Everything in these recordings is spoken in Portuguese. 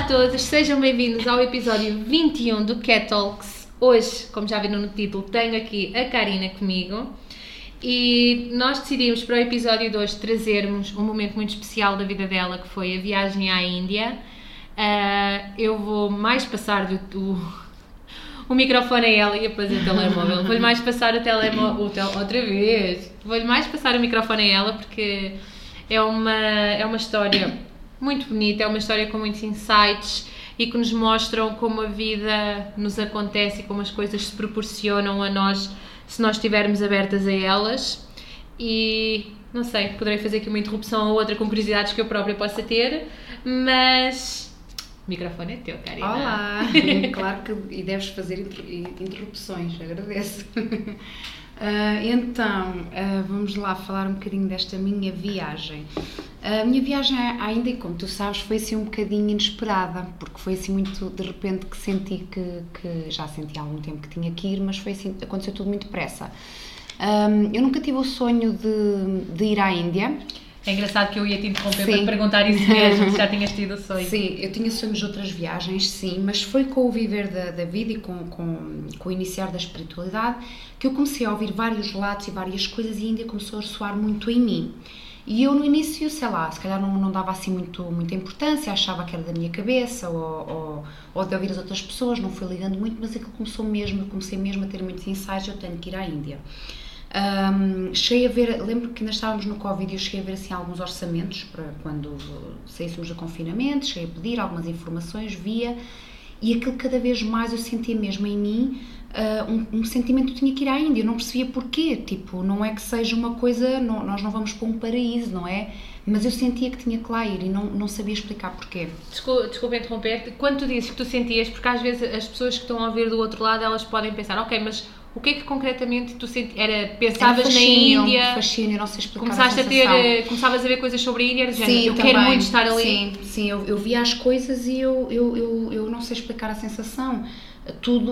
todos, sejam bem-vindos ao episódio 21 do Cat Talks. Hoje, como já viram no título, tenho aqui a Karina comigo e nós decidimos para o episódio de hoje trazermos um momento muito especial da vida dela, que foi a viagem à Índia. Eu vou mais passar o microfone a ela e depois o telemóvel. Vou-lhe mais passar o telemóvel outra vez. Vou-lhe mais passar o microfone a ela porque é uma história muito bonita, é uma história com muitos insights e que nos mostram como a vida nos acontece e como as coisas se proporcionam a nós se nós estivermos abertas a elas. E não sei, poderei fazer aqui uma interrupção ou outra com curiosidades que eu própria possa ter, mas o microfone é teu, Karina. Olá! Claro que e deves fazer interrupções, agradeço. Então, vamos lá falar um bocadinho desta minha viagem. A minha viagem à Índia, como tu sabes, foi assim um bocadinho inesperada, porque foi assim muito de repente que senti que já senti há algum tempo que tinha que ir, mas foi assim, aconteceu tudo muito depressa. Eu nunca tive o sonho de ir à Índia. É engraçado que eu ia te interromper Sim. para te perguntar isso mesmo, se já tinhas tido o sonho. Sim, eu tinha sonhos de outras viagens, sim, mas foi com o viver da vida e com o iniciar da espiritualidade que eu comecei a ouvir vários relatos e várias coisas e a Índia começou a ressoar muito em mim. E eu no início, sei lá, se calhar não dava assim muita importância, achava que era da minha cabeça ou de ouvir as outras pessoas, não fui ligando muito, mas aquilo comecei mesmo a ter muitos insights, eu tenho que ir à Índia. Cheguei a ver, lembro que ainda estávamos no Covid e eu cheguei a ver assim alguns orçamentos para quando saíssemos do confinamento, cheguei a pedir algumas informações, via, e aquilo cada vez mais eu sentia mesmo em mim um sentimento que eu tinha que ir à Índia, eu não percebia porquê, tipo, não é que seja uma coisa, nós não vamos para um paraíso, não é? Mas eu sentia que tinha que lá ir e não sabia explicar porquê. Desculpa interromper-te, quando tu dizes que tu sentias, porque às vezes as pessoas que estão a ouvir do outro lado, elas podem pensar, ok, mas o que é que concretamente tu sentias? Pensavas fascínio, na Índia? Fascínio, não sei explicar. Começavas a ver coisas sobre a Índia, do género, sim, eu também, quero muito estar ali. Sim, eu via as coisas e eu não sei explicar a sensação. Tudo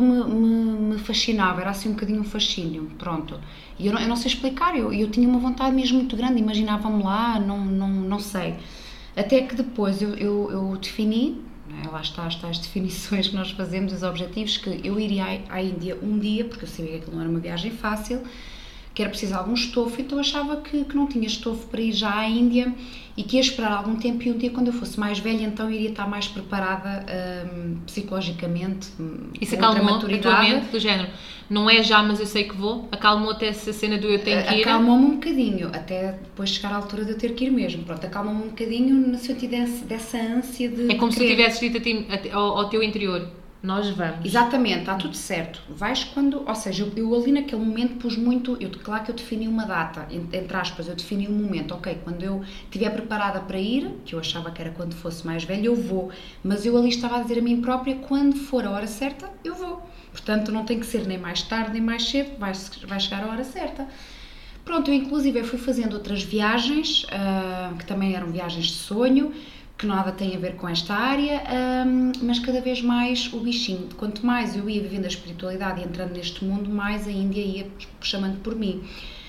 me fascinava, era assim um bocadinho um fascínio, pronto. E eu não sei explicar, eu tinha uma vontade mesmo muito grande, imaginava-me lá, não sei. Até que depois eu defini, lá está as definições que nós fazemos, os objetivos, que eu iria à Índia um dia, porque eu sabia que aquilo não era uma viagem fácil, que era preciso algum estofo, então eu achava que não tinha estofo para ir já à Índia e que ia esperar algum tempo e um dia quando eu fosse mais velha então iria estar mais preparada psicologicamente. Isso acalmou a tua mente, do género, não é já, mas eu sei que vou? Acalmou-te essa cena do eu tenho que ir? Acalmou-me um bocadinho, até depois chegar à altura de eu ter que ir mesmo, pronto, acalmou-me um bocadinho no sentido dessa ânsia de... É como se tu querer. tivesses dito ao teu interior, nós vamos. Exatamente, está tudo certo. Vais quando, ou seja, eu ali naquele momento pus muito, claro que eu defini uma data, entre aspas, eu defini um momento, ok, quando eu estiver preparada para ir, que eu achava que era quando fosse mais velha, eu vou, mas eu ali estava a dizer a mim própria, quando for a hora certa, eu vou. Portanto, não tem que ser nem mais tarde nem mais cedo, vai chegar a hora certa. Pronto, eu inclusive fui fazendo outras viagens, que também eram viagens de sonho, que nada tem a ver com esta área, mas cada vez mais o bichinho, quanto mais eu ia vivendo a espiritualidade e entrando neste mundo, mais a Índia ia chamando por mim.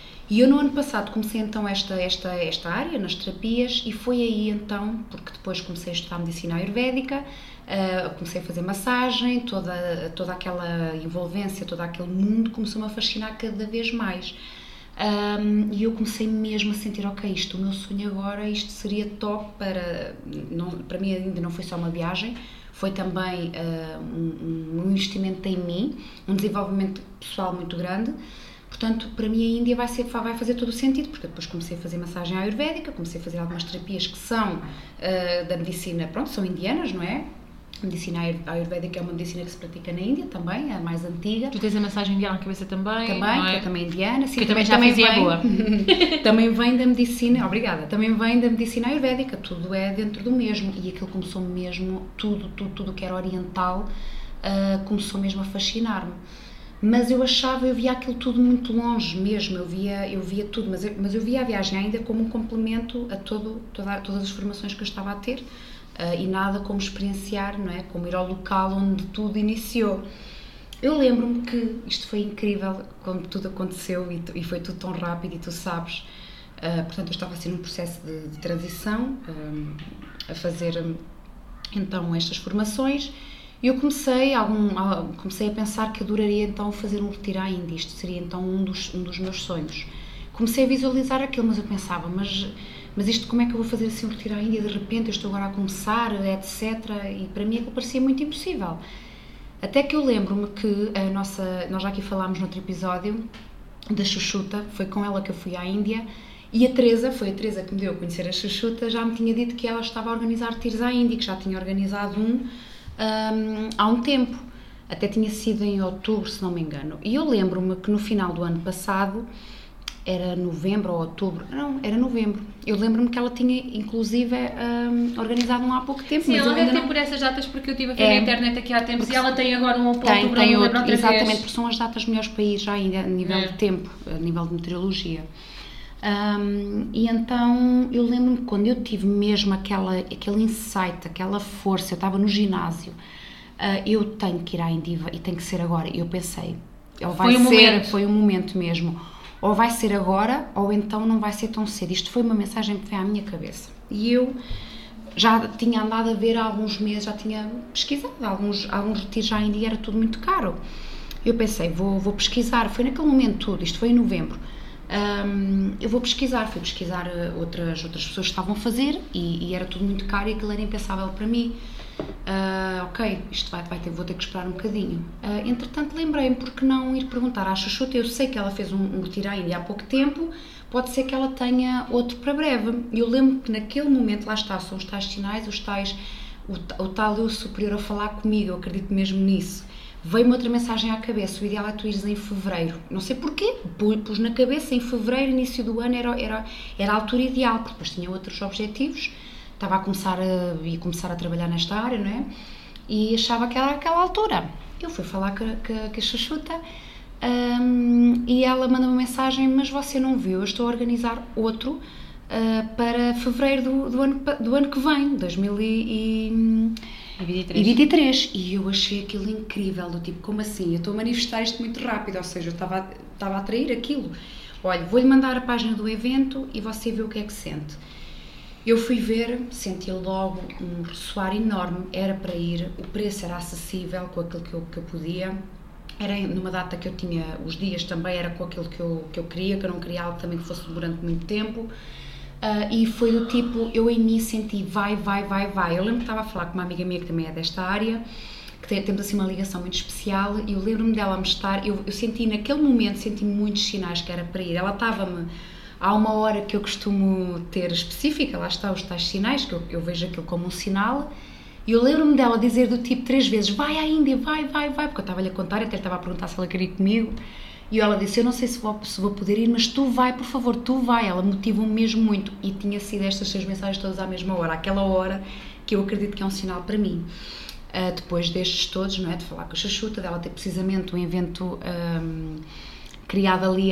E eu no ano passado comecei então esta área, nas terapias, e foi aí então, porque depois comecei a estudar medicina ayurvédica, comecei a fazer massagem, toda aquela envolvência, todo aquele mundo começou-me a fascinar cada vez mais. E eu comecei mesmo a sentir, ok, o meu sonho agora, isto seria top para mim ainda não foi só uma viagem, foi também um investimento em mim, um desenvolvimento pessoal muito grande, portanto para mim a Índia vai fazer todo o sentido, porque depois comecei a fazer massagem ayurvédica, comecei a fazer algumas terapias que são da medicina, pronto, são indianas, não é? A medicina ayurvédica é uma medicina que se pratica na Índia também, é a mais antiga. Tu tens a massagem indiana na cabeça também? Também, não é? que é também indiana. Sim, que também já fazia boa. Também vem da medicina, obrigada, também vem da medicina ayurvédica, tudo é dentro do mesmo. E aquilo começou mesmo, tudo que era oriental, começou mesmo a fascinar-me. Mas eu via aquilo tudo muito longe mesmo, eu via tudo, mas eu via a viagem ainda como um complemento a todas as formações que eu estava a ter. E nada como experienciar, não é? Como ir ao local onde tudo iniciou. Eu lembro-me que isto foi incrível, como tudo aconteceu e foi tudo tão rápido e tu sabes, portanto eu estava assim num processo de transição, a fazer então estas formações. E eu comecei a pensar que adoraria então fazer um retiro à Índia, isto seria então um dos meus sonhos. Comecei a visualizar aquilo, mas eu pensava, mas isto como é que eu vou fazer assim um retiro à Índia, de repente eu estou agora a começar, etc. E para mim aquilo parecia muito impossível. Até que eu lembro-me que nós já aqui falámos noutro episódio, da Xuxuta, foi com ela que eu fui à Índia, e foi a Teresa que me deu a conhecer a Xuxuta, já me tinha dito que ela estava a organizar retiros à Índia, que já tinha organizado há um tempo, até tinha sido em outubro, se não me engano. E eu lembro-me que no final do ano passado, era novembro ou outubro, não, era novembro, eu lembro-me que ela tinha inclusive organizado há pouco tempo. Sim, mas ela deve ter não... por essas datas, porque eu estive a ver na internet aqui há tempos, e ela tem agora um para outubro, tem não outro, outra exatamente, vez. porque são as datas melhores para ir já ainda, a nível de tempo, a nível de meteorologia. E então eu lembro-me que quando eu tive mesmo aquele insight, aquela força, eu estava no ginásio, eu tenho que ir à Índia e tem que ser agora. Eu pensei, foi um momento mesmo, ou vai ser agora ou então não vai ser tão cedo. Isto foi uma mensagem que veio à minha cabeça e eu já tinha andado a ver há alguns meses, já tinha pesquisado alguns retiros à Índia, era tudo muito caro. Eu pensei, vou pesquisar, foi naquele momento tudo, isto foi em novembro. Eu fui pesquisar outras pessoas que estavam a fazer e era tudo muito caro e aquilo era impensável para mim. Ok, isto vou ter que esperar um bocadinho. Entretanto lembrei-me, porque não ir perguntar à Xuxuta? Eu sei que ela fez um retiro à Índia há pouco tempo, pode ser que ela tenha outro para breve. Eu lembro que naquele momento, lá está, são os tais sinais, o tal eu superior a falar comigo, eu acredito mesmo nisso. Veio-me outra mensagem à cabeça, o ideal é tu ires em fevereiro. Não sei porquê, pus na cabeça, em fevereiro, início do ano, era a altura ideal, porque depois tinha outros objetivos, estava a começar a trabalhar nesta área, não é? E achava que era aquela altura. Eu fui falar com a Xuxuta e ela manda uma mensagem, mas você não viu, eu estou a organizar outro para fevereiro do ano que vem, 2023. E eu achei aquilo incrível, do tipo, como assim? Eu estou a manifestar isto muito rápido, ou seja, eu estava a atrair aquilo. Olha, vou-lhe mandar a página do evento e você vê o que é que sente. Eu fui ver, senti logo um ressoar enorme, era para ir, o preço era acessível com aquilo que eu podia, era numa data que eu tinha, os dias também era com aquilo que eu queria, que eu não queria algo também que fosse durante muito tempo. E foi do tipo, eu em mim senti vai. Eu lembro que estava a falar com uma amiga minha que também é desta área, que temos assim uma ligação muito especial, e eu lembro-me dela me estar, eu senti naquele momento, senti muitos sinais que era para ir. Ela estava-me, há uma hora que eu costumo ter específica, lá está os tais sinais, que eu vejo aquilo como um sinal, e eu lembro-me dela dizer do tipo 3 vezes, vai à Índia, vai, porque eu estava-lhe a contar, até lhe estava a perguntar se ela queria ir comigo. E ela disse, eu não sei se vou poder ir, mas tu vai, por favor, tu vai. Ela motivou-me mesmo muito. E tinha sido estas 6 mensagens todas à mesma hora. Aquela hora que eu acredito que é um sinal para mim. Depois destes todos, não é? De falar com a Xuxuta, dela ter precisamente um evento criado ali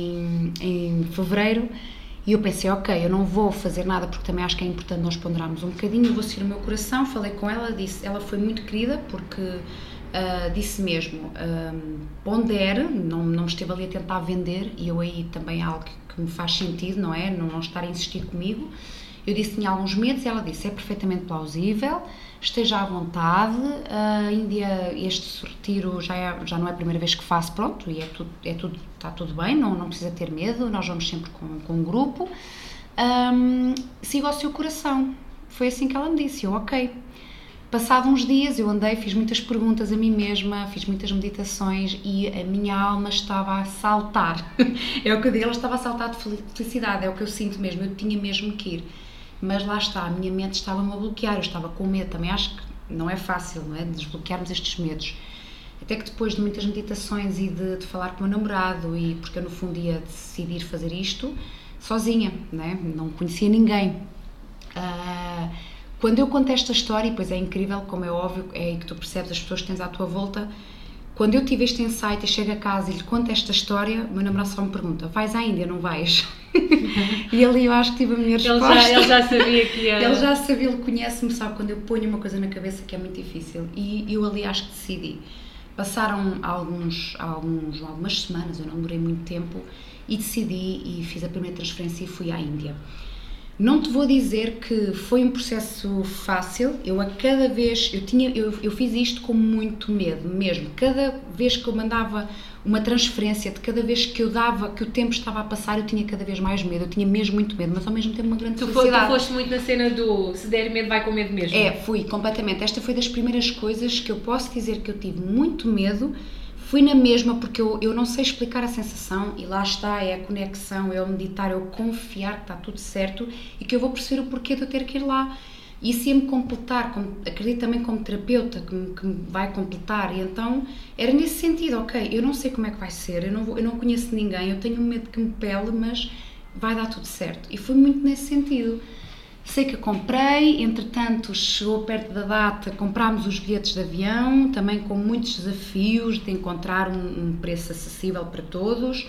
em fevereiro. E eu pensei, ok, eu não vou fazer nada, porque também acho que é importante nós ponderarmos um bocadinho. Eu vou seguir o meu coração. Falei com ela, ela foi muito querida, porque... disse mesmo, pondere, não me esteve ali a tentar vender, e eu aí também é algo que me faz sentido, não é? Não estar a insistir comigo. Eu disse que tinha alguns medos e ela disse, é perfeitamente plausível, esteja à vontade, a Índia, este retiro já não é a primeira vez que faço, pronto, e está tudo bem, não precisa ter medo, nós vamos sempre com um grupo, siga o seu coração. Foi assim que ela me disse, eu ok. Passado uns dias eu andei, fiz muitas perguntas a mim mesma, fiz muitas meditações e a minha alma estava a saltar. É o que eu digo, ela estava a saltar de felicidade, é o que eu sinto mesmo, eu tinha mesmo que ir. Mas lá está, a minha mente estava-me a bloquear, eu estava com medo, também acho que não é fácil, não é? Desbloquearmos estes medos. Até que depois de muitas meditações e de falar com o meu namorado, e porque eu no fundo ia decidir fazer isto sozinha, não é? Não conhecia ninguém. Quando eu conto esta história, e pois é incrível, como é óbvio, é aí que tu percebes as pessoas que tens à tua volta, quando eu tive este insight e chego a casa e lhe conto esta história, o meu namorado só me pergunta, vais à Índia, não vais? E ali eu acho que tive a minha resposta. Ele já sabia que ia... Ele já sabia, ele conhece-me, sabe, quando eu ponho uma coisa na cabeça que é muito difícil. E eu ali acho que decidi. Passaram algumas semanas, eu não demorei muito tempo, e decidi e fiz a primeira transferência e fui à Índia. Não te vou dizer que foi um processo fácil, eu a cada vez, eu fiz isto com muito medo mesmo, cada vez que eu mandava uma transferência, de cada vez que eu dava, que o tempo estava a passar, eu tinha cada vez mais medo, eu tinha mesmo muito medo, mas ao mesmo tempo uma grande felicidade. Tu foste muito na cena do se der medo vai com medo mesmo. Fui completamente, esta foi das primeiras coisas que eu posso dizer que eu tive muito medo. Fui na mesma porque eu não sei explicar a sensação e lá está, é a conexão, é o meditar, é o confiar que está tudo certo e que eu vou perceber o porquê de eu ter que ir lá. E isso ia-me completar, acredito também como terapeuta que me vai completar e então era nesse sentido, ok, eu não sei como é que vai ser, eu não conheço ninguém, eu tenho medo que me pele, mas vai dar tudo certo. E foi muito nesse sentido. Sei que comprei, entretanto chegou perto da data, comprámos os bilhetes de avião, também com muitos desafios de encontrar um preço acessível para todos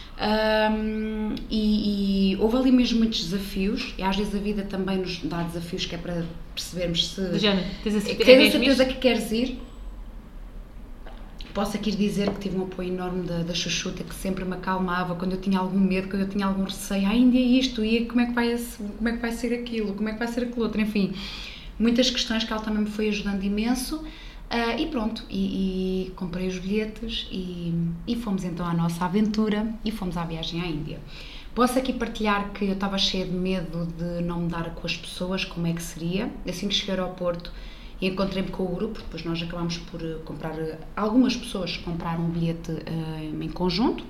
e houve ali mesmo muitos desafios e às vezes a vida também nos dá desafios que é para percebermos se... Tens a certeza que queres ir? Posso aqui dizer que tive um apoio enorme da Xuxuta, que sempre me acalmava quando eu tinha algum medo, quando eu tinha algum receio. Ainda é isto, e como é que vai ser aquilo, como é que vai ser aquilo outro, enfim. Muitas questões que ela também me foi ajudando imenso. E pronto, e comprei os bilhetes e fomos então à nossa aventura e fomos à viagem à Índia. Posso aqui partilhar que eu estava cheia de medo de não me dar com as pessoas, como é que seria. Assim que cheguei ao aeroporto, e encontrei-me com o grupo, depois nós acabámos por comprar, algumas pessoas compraram um bilhete em conjunto,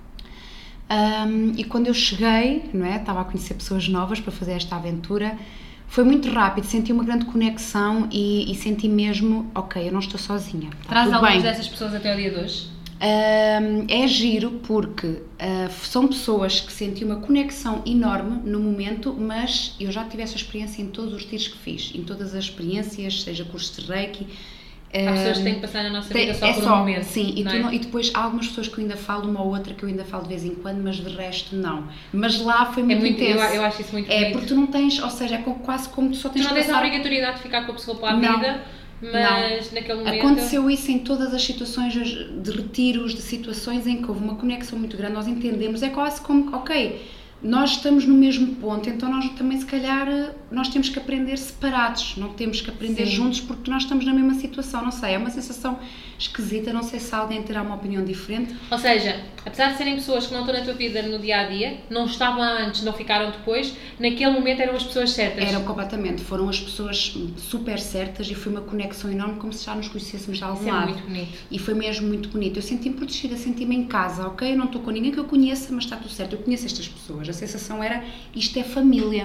e quando eu cheguei, não é, estava a conhecer pessoas novas para fazer esta aventura, foi muito rápido, senti uma grande conexão e senti mesmo, ok, eu não estou sozinha. Traz algumas dessas pessoas até o dia de hoje? É giro porque são pessoas que senti uma conexão enorme no momento, mas eu já tive essa experiência em todos os tiros que fiz, em todas as experiências, seja curso de Reiki. Há pessoas que têm que passar na nossa vida só por um momento. Sim, e depois há algumas pessoas que eu ainda falo, uma ou outra que eu ainda falo de vez em quando, mas de resto não. Mas lá foi muito intenso. Eu acho isso muito bonito. Porque tu não tens, ou seja, é quase como tu só tens que passar... Tu não tens a obrigatoriedade de ficar com a pessoa para a vida. Mas naquele momento... Aconteceu isso em todas as situações de retiros, de situações em que houve uma conexão muito grande, nós entendemos, é quase como, ok, nós estamos no mesmo ponto, então nós também se calhar, nós temos que aprender separados, não temos que aprender juntos porque nós estamos na mesma situação, não sei, é uma sensação esquisita, não sei se alguém terá uma opinião diferente. Ou seja, apesar de serem pessoas que não estão na tua vida no dia-a-dia, não estavam antes, não ficaram depois, naquele momento eram as pessoas certas. Eram completamente, foram as pessoas super certas e foi uma conexão enorme, como se já nos conhecêssemos de algum lado. É muito bonito. E foi mesmo muito bonito, eu senti-me protegida, senti-me em casa, ok? Eu não estou com ninguém que eu conheça, mas está tudo certo, eu conheço estas pessoas, a sensação era, isto é família.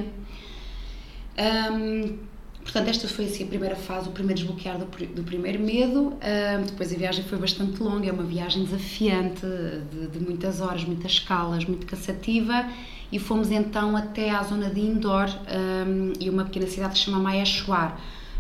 Portanto, esta foi assim a primeira fase, o primeiro desbloquear do primeiro medo. Depois a viagem foi bastante longa, é uma viagem desafiante, de muitas horas, muitas escalas, muito cansativa, e fomos então até à zona de Indore, e uma pequena cidade que se chama Maheshwar.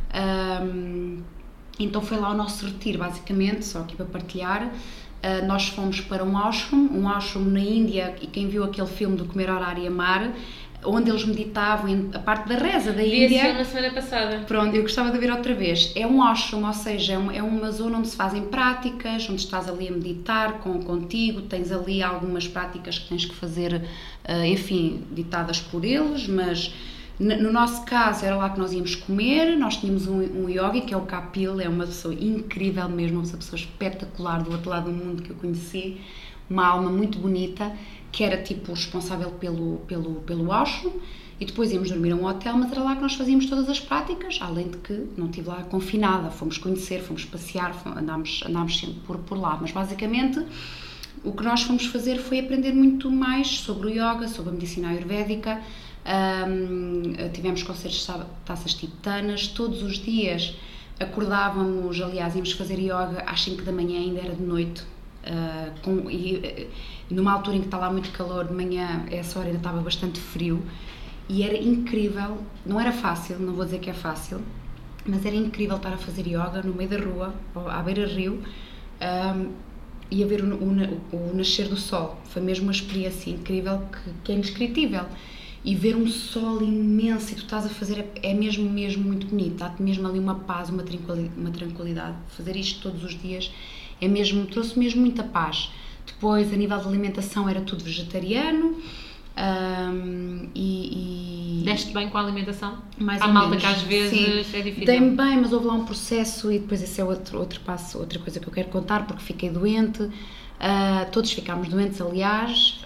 Então foi lá o nosso retiro, basicamente, só aqui para partilhar. Nós fomos para um ashram na Índia, e quem viu aquele filme do Comer, Orar e Amar, onde eles meditavam, a parte da reza da Índia. Vi esse filme na semana passada. Pronto, eu gostava de ver outra vez. É um ashram, ou seja, é uma zona onde se fazem práticas, onde estás ali a meditar contigo, tens ali algumas práticas que tens que fazer, enfim, ditadas por eles, mas no nosso caso era lá que nós íamos comer, nós tínhamos um yogi, que é o Kapil, é uma pessoa incrível mesmo, uma pessoa espetacular do outro lado do mundo que eu conheci, uma alma muito bonita, que era tipo responsável pelo ashram, e depois íamos dormir a um hotel, mas era lá que nós fazíamos todas as práticas, além de que não estive lá confinada, fomos conhecer, fomos passear, andámos sempre por lá, mas basicamente o que nós fomos fazer foi aprender muito mais sobre o yoga, sobre a medicina ayurvédica. Tivemos concertos de taças tibetanas, todos os dias acordávamos, aliás, íamos fazer yoga às 5 da manhã, ainda era de noite, numa altura em que está lá muito calor, de manhã, essa hora ainda estava bastante frio, e era incrível, não era fácil, não vou dizer que é fácil, mas era incrível estar a fazer yoga no meio da rua, à beira-rio, e a ver o nascer do sol. Foi mesmo uma experiência incrível que é indescritível. E ver um sol imenso e tu estás a fazer, é mesmo muito bonito, dá-te mesmo ali uma paz, uma tranquilidade. Fazer isto todos os dias trouxe mesmo muita paz. Depois, a nível de alimentação, era tudo vegetariano, Deste bem com a alimentação? Mais Há ou malta menos, que às vezes sim. é difícil. Dei-me bem, mas houve lá um processo e depois esse é outro passo, outra coisa que eu quero contar, porque fiquei doente. Todos ficámos doentes, aliás.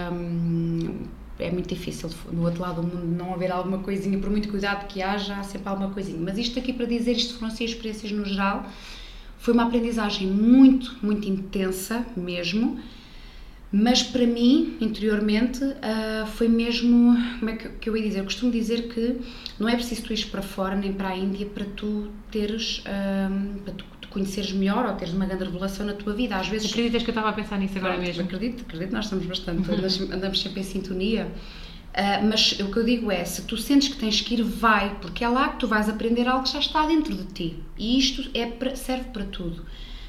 É muito difícil no outro lado do mundo não haver alguma coisinha, por muito cuidado que haja, há sempre alguma coisinha. Mas isto aqui para dizer, isto foram assim experiências no geral. Foi uma aprendizagem muito, muito intensa mesmo. Mas para mim, interiormente, foi mesmo, como é que eu ia dizer? Eu costumo dizer que não é preciso tu ires para fora nem para a Índia para tu teres, para tu te conheceres melhor ou teres uma grande revelação na tua vida. Às vezes... Acreditas que eu estava a pensar nisso agora mesmo? Acredito, nós estamos bastante, andamos sempre em sintonia. Mas o que eu digo é, se tu sentes que tens que ir, vai, porque é lá que tu vais aprender algo que já está dentro de ti. E isto serve para tudo.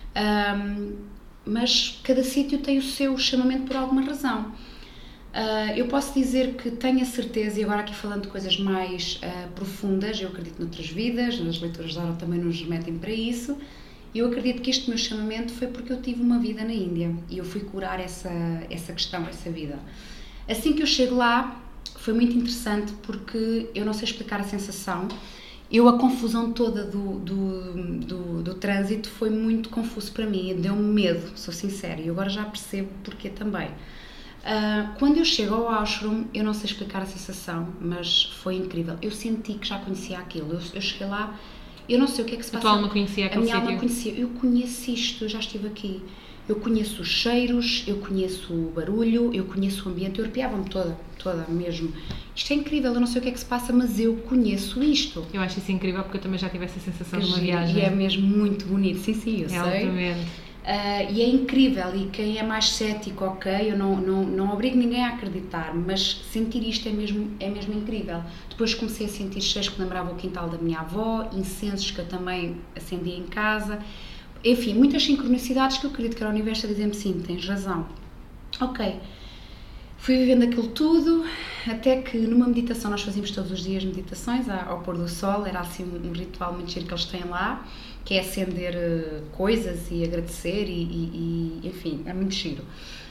Mas cada sítio tem o seu chamamento por alguma razão. Eu posso dizer que tenho a certeza, e agora aqui falando de coisas mais profundas, eu acredito noutras vidas, nas leituras da Aura também nos remetem para isso, eu acredito que este meu chamamento foi porque eu tive uma vida na Índia e eu fui curar essa questão, essa vida. Assim que eu chego lá, foi muito interessante porque eu não sei explicar a sensação. A confusão toda do trânsito foi muito confuso para mim, deu-me medo, sou sincera, e agora já percebo porquê também. Quando eu chego ao ashram, eu não sei explicar a sensação, mas foi incrível. Eu senti que já conhecia aquilo, eu cheguei lá, eu não sei o que é que se passa. A tua alma conhecia aquele sítio? A minha alma conhecia, eu conheço isto, eu já estive aqui. Eu conheço os cheiros, eu conheço o barulho, eu conheço o ambiente, eu arrepiava-me toda mesmo. Isto é incrível, eu não sei o que é que se passa, mas eu conheço isto. Eu acho isso incrível porque eu também já tive essa sensação de uma viagem. E é mesmo muito bonito, sim, eu sei. Altamente. E é incrível, e quem é mais cético, ok, eu não obrigo ninguém a acreditar, mas sentir isto é mesmo incrível. Depois comecei a sentir cheiros que lembravam o quintal da minha avó, incensos que eu também acendia em casa. Enfim, muitas sincronicidades que eu acredito que era o universo a dizer-me sim, tens razão. Ok, fui vivendo aquilo tudo, até que numa meditação, nós fazíamos todos os dias meditações ao pôr do sol, era assim um ritual muito giro que eles têm lá, que é acender coisas e agradecer e enfim, é muito giro.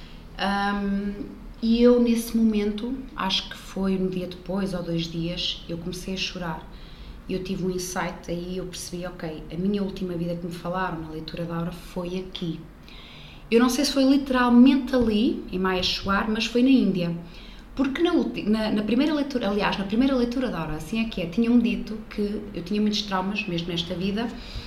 E eu nesse momento, acho que foi um dia depois ou 2 dias, eu comecei a chorar. Eu tive um insight, aí eu percebi, ok, a minha última vida que me falaram na leitura da Aura foi aqui. Eu não sei se foi literalmente ali, em Maheshwar, mas foi na Índia. Porque na primeira leitura, aliás, na primeira leitura da Aura, assim é que é, tinham-me dito que eu tinha muitos traumas, mesmo nesta vida,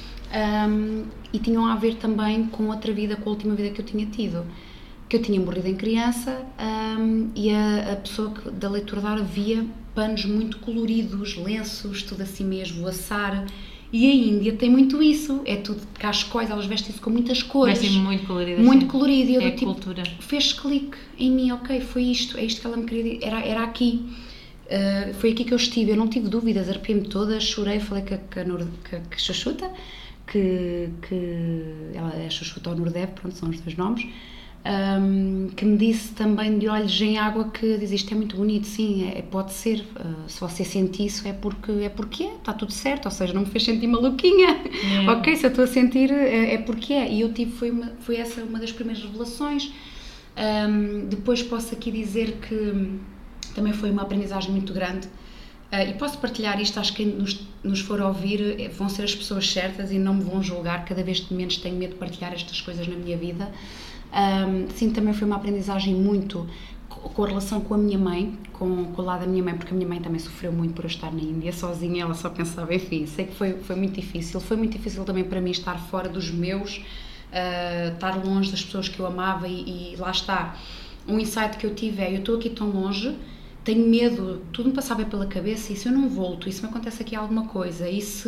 e tinham a ver também com outra vida, com a última vida que eu tinha tido. Que eu tinha morrido em criança, e a pessoa da leitura da Aura via panos muito coloridos, lenços, tudo assim mesmo, assar. E a Índia tem muito isso, é tudo cascóis, elas vestem-se com muitas cores. Vestem muito colorido. Muito colorido. E eu é tipo, cultura. Fez clique em mim, ok, foi isto, é isto que ela me queria dizer, era aqui. Foi aqui que eu estive, eu não tive dúvidas, arrepiei-me toda, chorei, falei com a Xuxuta, que ela é Xuxuta ou Nurdev, pronto, são os 2 nomes. Que me disse também de olhos em água que diz isto é muito bonito, sim, pode ser, se você sente isso é porque está tudo certo, ou seja, não me fez sentir maluquinha, ok, se eu estou a sentir é porque é, e eu tive, foi essa uma das primeiras revelações. Depois posso aqui dizer que também foi uma aprendizagem muito grande, e posso partilhar isto, acho que quem nos for ouvir vão ser as pessoas certas e não me vão julgar, cada vez menos tenho medo de partilhar estas coisas na minha vida. Sim, também foi uma aprendizagem muito com a relação com a minha mãe, com o lado da minha mãe, porque a minha mãe também sofreu muito por eu estar na Índia sozinha, ela só pensava, enfim, sei que foi muito difícil também para mim estar fora dos meus, estar longe das pessoas que eu amava e lá está, um insight que eu tive eu estou aqui tão longe, tenho medo, tudo me passava pela cabeça, e se eu não volto, e se me acontece aqui alguma coisa,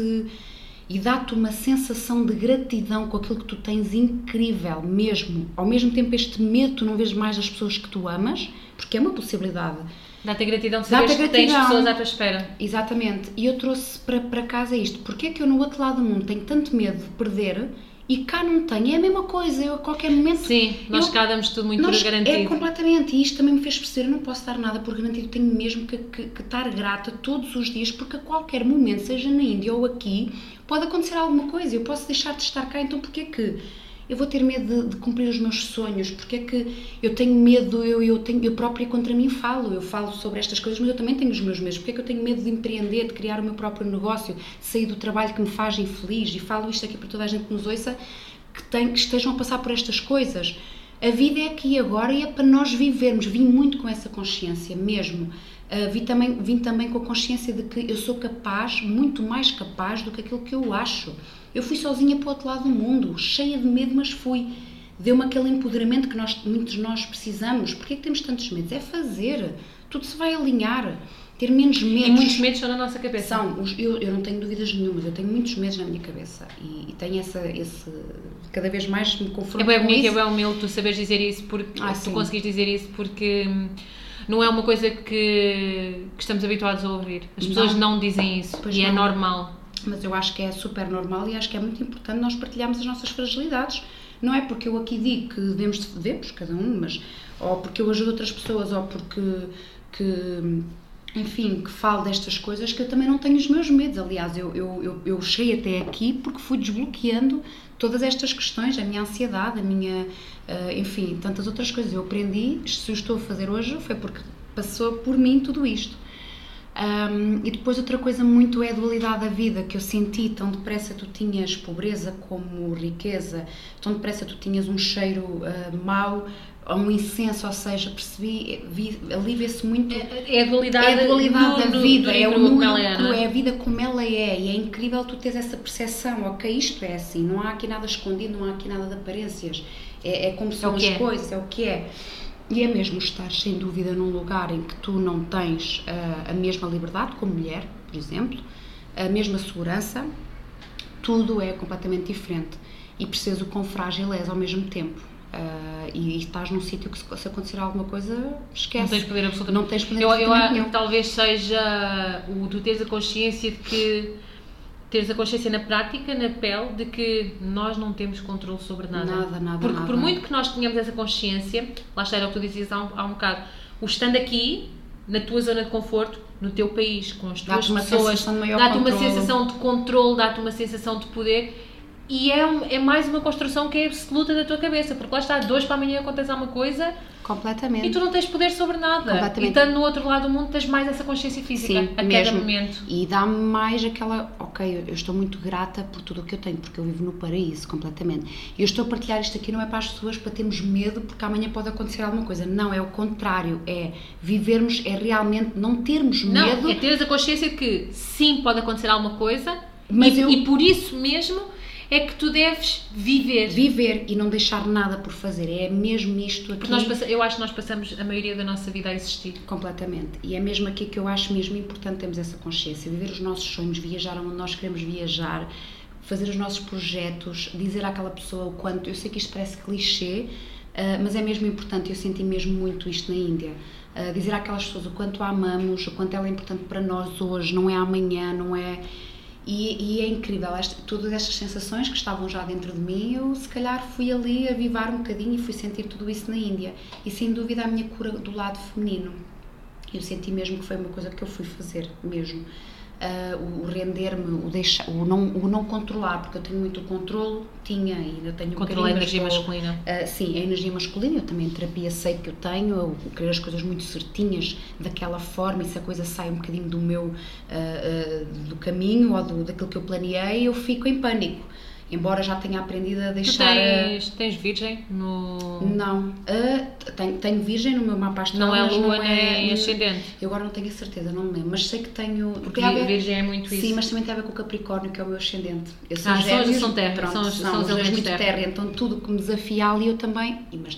e dá-te uma sensação de gratidão com aquilo que tu tens incrível mesmo, ao mesmo tempo este medo, tu não vês mais as pessoas que tu amas, porque é uma possibilidade. Dá-te a gratidão de saber que tens pessoas à tua espera. Exatamente, e eu trouxe para casa isto, porque é que eu no outro lado do mundo tenho tanto medo de perder e cá não tenho, é a mesma coisa, eu a qualquer momento... Sim, nós cá damos tudo muito por garantido. É completamente, e isto também me fez perceber, eu não posso dar nada por garantido, tenho mesmo que estar grata todos os dias, porque a qualquer momento, seja na Índia ou aqui, pode acontecer alguma coisa, eu posso deixar de estar cá, então porquê que eu vou ter medo de cumprir os meus sonhos, porque é que eu tenho medo, eu própria contra mim eu falo sobre estas coisas, mas eu também tenho os meus medos, porque é que eu tenho medo de empreender, de criar o meu próprio negócio, sair do trabalho que me faz infeliz, e falo isto aqui para toda a gente que nos ouça, que estejam a passar por estas coisas. A vida é aqui e agora e é para nós vivermos. Vim muito com essa consciência mesmo. Vim também com a consciência de que eu sou capaz, muito mais capaz do que aquilo que eu acho. Eu fui sozinha para o outro lado do mundo, cheia de medo, mas fui. Deu-me aquele empoderamento que muitos de nós precisamos. Porquê é que temos tantos medos? É fazer. Tudo se vai alinhar. Ter menos medos. E muitos medos são na nossa cabeça. Eu não tenho dúvidas nenhumas, eu tenho muitos medos na minha cabeça e tenho esse cada vez mais me confronto com isso. É bem bonito, é bem humilde tu saberes dizer isso, porque tu conseguis dizer isso, porque não é uma coisa que estamos habituados a ouvir. As pessoas não dizem isso e é normal. Mas eu acho que é super normal e acho que é muito importante nós partilharmos as nossas fragilidades. Não é porque eu aqui digo que devemos, cada um, mas ou porque eu ajudo outras pessoas ou porque enfim, que falo destas coisas, que eu também não tenho os meus medos. Aliás, eu cheguei até aqui porque fui desbloqueando todas estas questões, a minha ansiedade, enfim, tantas outras coisas. Eu aprendi, se eu estou a fazer hoje, foi porque passou por mim tudo isto. E depois outra coisa muito é a dualidade da vida, que eu senti. Tão depressa tu tinhas pobreza como riqueza, tão depressa tu tinhas um cheiro mau, um incenso, ou seja, ali vê-se muito... É a dualidade da vida, é o núcleo, é a vida como ela é, e é incrível tu teres essa percepção, ok, isto é assim, não há aqui nada escondido, não há aqui nada de aparências, é como são as coisas, é o que é. E é mesmo estar, sem dúvida, num lugar em que tu não tens a mesma liberdade como mulher, por exemplo, a mesma segurança, tudo é completamente diferente e precisas o quão frágil és ao mesmo tempo. E estás num sítio que se acontecer alguma coisa, esquece. Não tens poder absolutamente. Não tens poder absolutamente nenhum. Talvez seja tu teres a consciência de que teres a consciência na prática, na pele, de que nós não temos controle sobre nada. Porque por muito que nós tenhamos essa consciência, lá está, era o que tu dizias há um bocado, o estando aqui, na tua zona de conforto, no teu país, com as tuas pessoas, dá-te uma sensação de controle, dá-te uma sensação de poder. E é mais uma construção que é absoluta da tua cabeça, porque lá está, de hoje para amanhã acontece alguma coisa completamente. E tu não tens poder sobre nada. Completamente. E estando no outro lado do mundo tens mais essa consciência física. Sim, a mesmo. cada momento. E dá-me mais aquela, ok, eu estou muito grata por tudo o que eu tenho, porque eu vivo no paraíso completamente. E eu estou a partilhar isto aqui não é para as pessoas para termos medo porque amanhã pode acontecer alguma coisa. Não, é o contrário, é vivermos, é realmente não termos medo. Não, é teres a consciência de que sim, pode acontecer alguma coisa, mas e por isso mesmo é que tu deves viver. Viver e não deixar nada por fazer. É mesmo isto aqui. Porque eu acho que nós passamos a maioria da nossa vida a existir. Completamente. E é mesmo aqui que eu acho mesmo importante termos essa consciência. Viver os nossos sonhos, viajar onde nós queremos viajar, fazer os nossos projetos, dizer àquela pessoa o quanto... Eu sei que isto parece clichê, mas é mesmo importante. Eu senti mesmo muito isto na Índia. Dizer àquelas pessoas o quanto a amamos, o quanto ela é importante para nós hoje, não é amanhã, não é... E é incrível, todas estas sensações que estavam já dentro de mim, eu se calhar fui ali avivar um bocadinho e fui sentir tudo isso na Índia. E sem dúvida a minha cura do lado feminino. Eu senti mesmo que foi uma coisa que eu fui fazer mesmo. O render-me, o não controlar, porque eu tenho muito controle, tinha e ainda tenho um controle a energia masculina. Sim, a energia masculina, eu também em terapia sei que eu tenho, eu querer as coisas muito certinhas daquela forma, e se a coisa sai um bocadinho do meu do caminho ou daquilo que eu planeei, eu fico em pânico. Embora já tenha aprendido a deixar... Tu tens virgem no... Não, tenho virgem no meu mapa astral. Não é lua nem ascendente? Eu agora não tenho a certeza, não me lembro, mas sei que tenho... Porque virgem é muito isso. Sim, mas também tem a ver com o Capricórnio, que é o meu ascendente. Eu sou Gêmeos, são terra, pronto, são os muito terra. terra, então tudo que me desafia ali eu também... Mas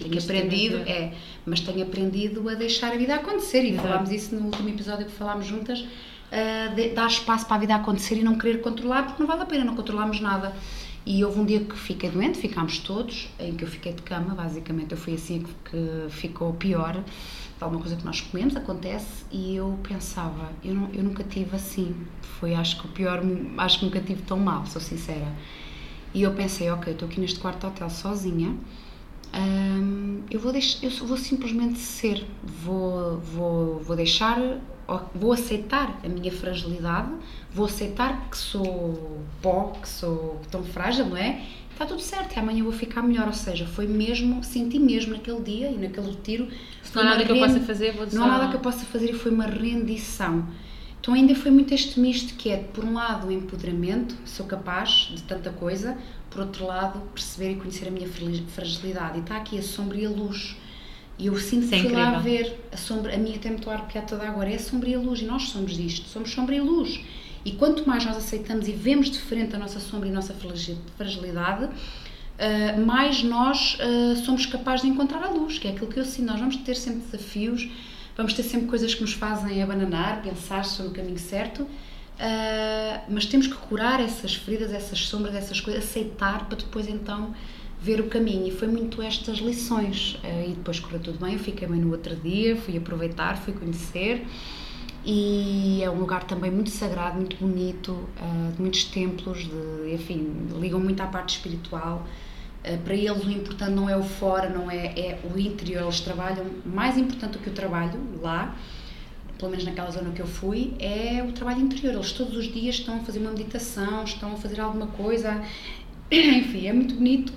tenho aprendido a deixar a vida acontecer, e falámos isso no último episódio que falámos juntas, dar espaço para a vida acontecer e não querer controlar, porque não vale a pena, não controlarmos nada. E houve um dia que fiquei doente, ficámos todos, em que eu fiquei de cama, basicamente eu fui assim que ficou pior, alguma coisa que nós comemos, acontece, e eu pensava, eu nunca tive assim, acho que nunca tive tão mal, sou sincera. E eu pensei, ok, estou aqui neste quarto de hotel sozinha, Eu vou simplesmente ser, vou deixar, vou aceitar a minha fragilidade, vou aceitar que sou pó, que sou tão frágil, não é? Está tudo certo, e amanhã eu vou ficar melhor, ou seja, senti mesmo naquele dia e naquele retiro. Se não há nada que eu possa fazer, vou dizer. Não há nada que eu possa fazer e foi uma rendição. Então ainda foi muito este misto que é, por um lado, o empoderamento, sou capaz de tanta coisa, por outro lado, perceber e conhecer a minha fragilidade. E está aqui a sombra e a luz. E eu sinto que fui lá ver a sombra, a minha até me estou a arrepiar toda agora, é a sombra e a luz, e nós somos isto, somos sombra e luz. E quanto mais nós aceitamos e vemos de frente a nossa sombra e a nossa fragilidade, mais nós somos capazes de encontrar a luz, que é aquilo que eu sinto. Nós vamos ter sempre desafios, vamos ter sempre coisas que nos fazem abananar, pensar se estou no caminho certo, mas temos que curar essas feridas, essas sombras, essas coisas, aceitar para depois então ver o caminho. E foi muito estas lições. E depois correu tudo bem, eu fiquei bem no outro dia, fui aproveitar, fui conhecer. E é um lugar também muito sagrado, muito bonito, de muitos templos, enfim, ligam muito à parte espiritual. Para eles o importante não é o fora, não é o interior, eles trabalham, mais importante do que o trabalho lá, pelo menos naquela zona que eu fui, é o trabalho interior. Eles todos os dias estão a fazer uma meditação, estão a fazer alguma coisa, enfim, é muito bonito,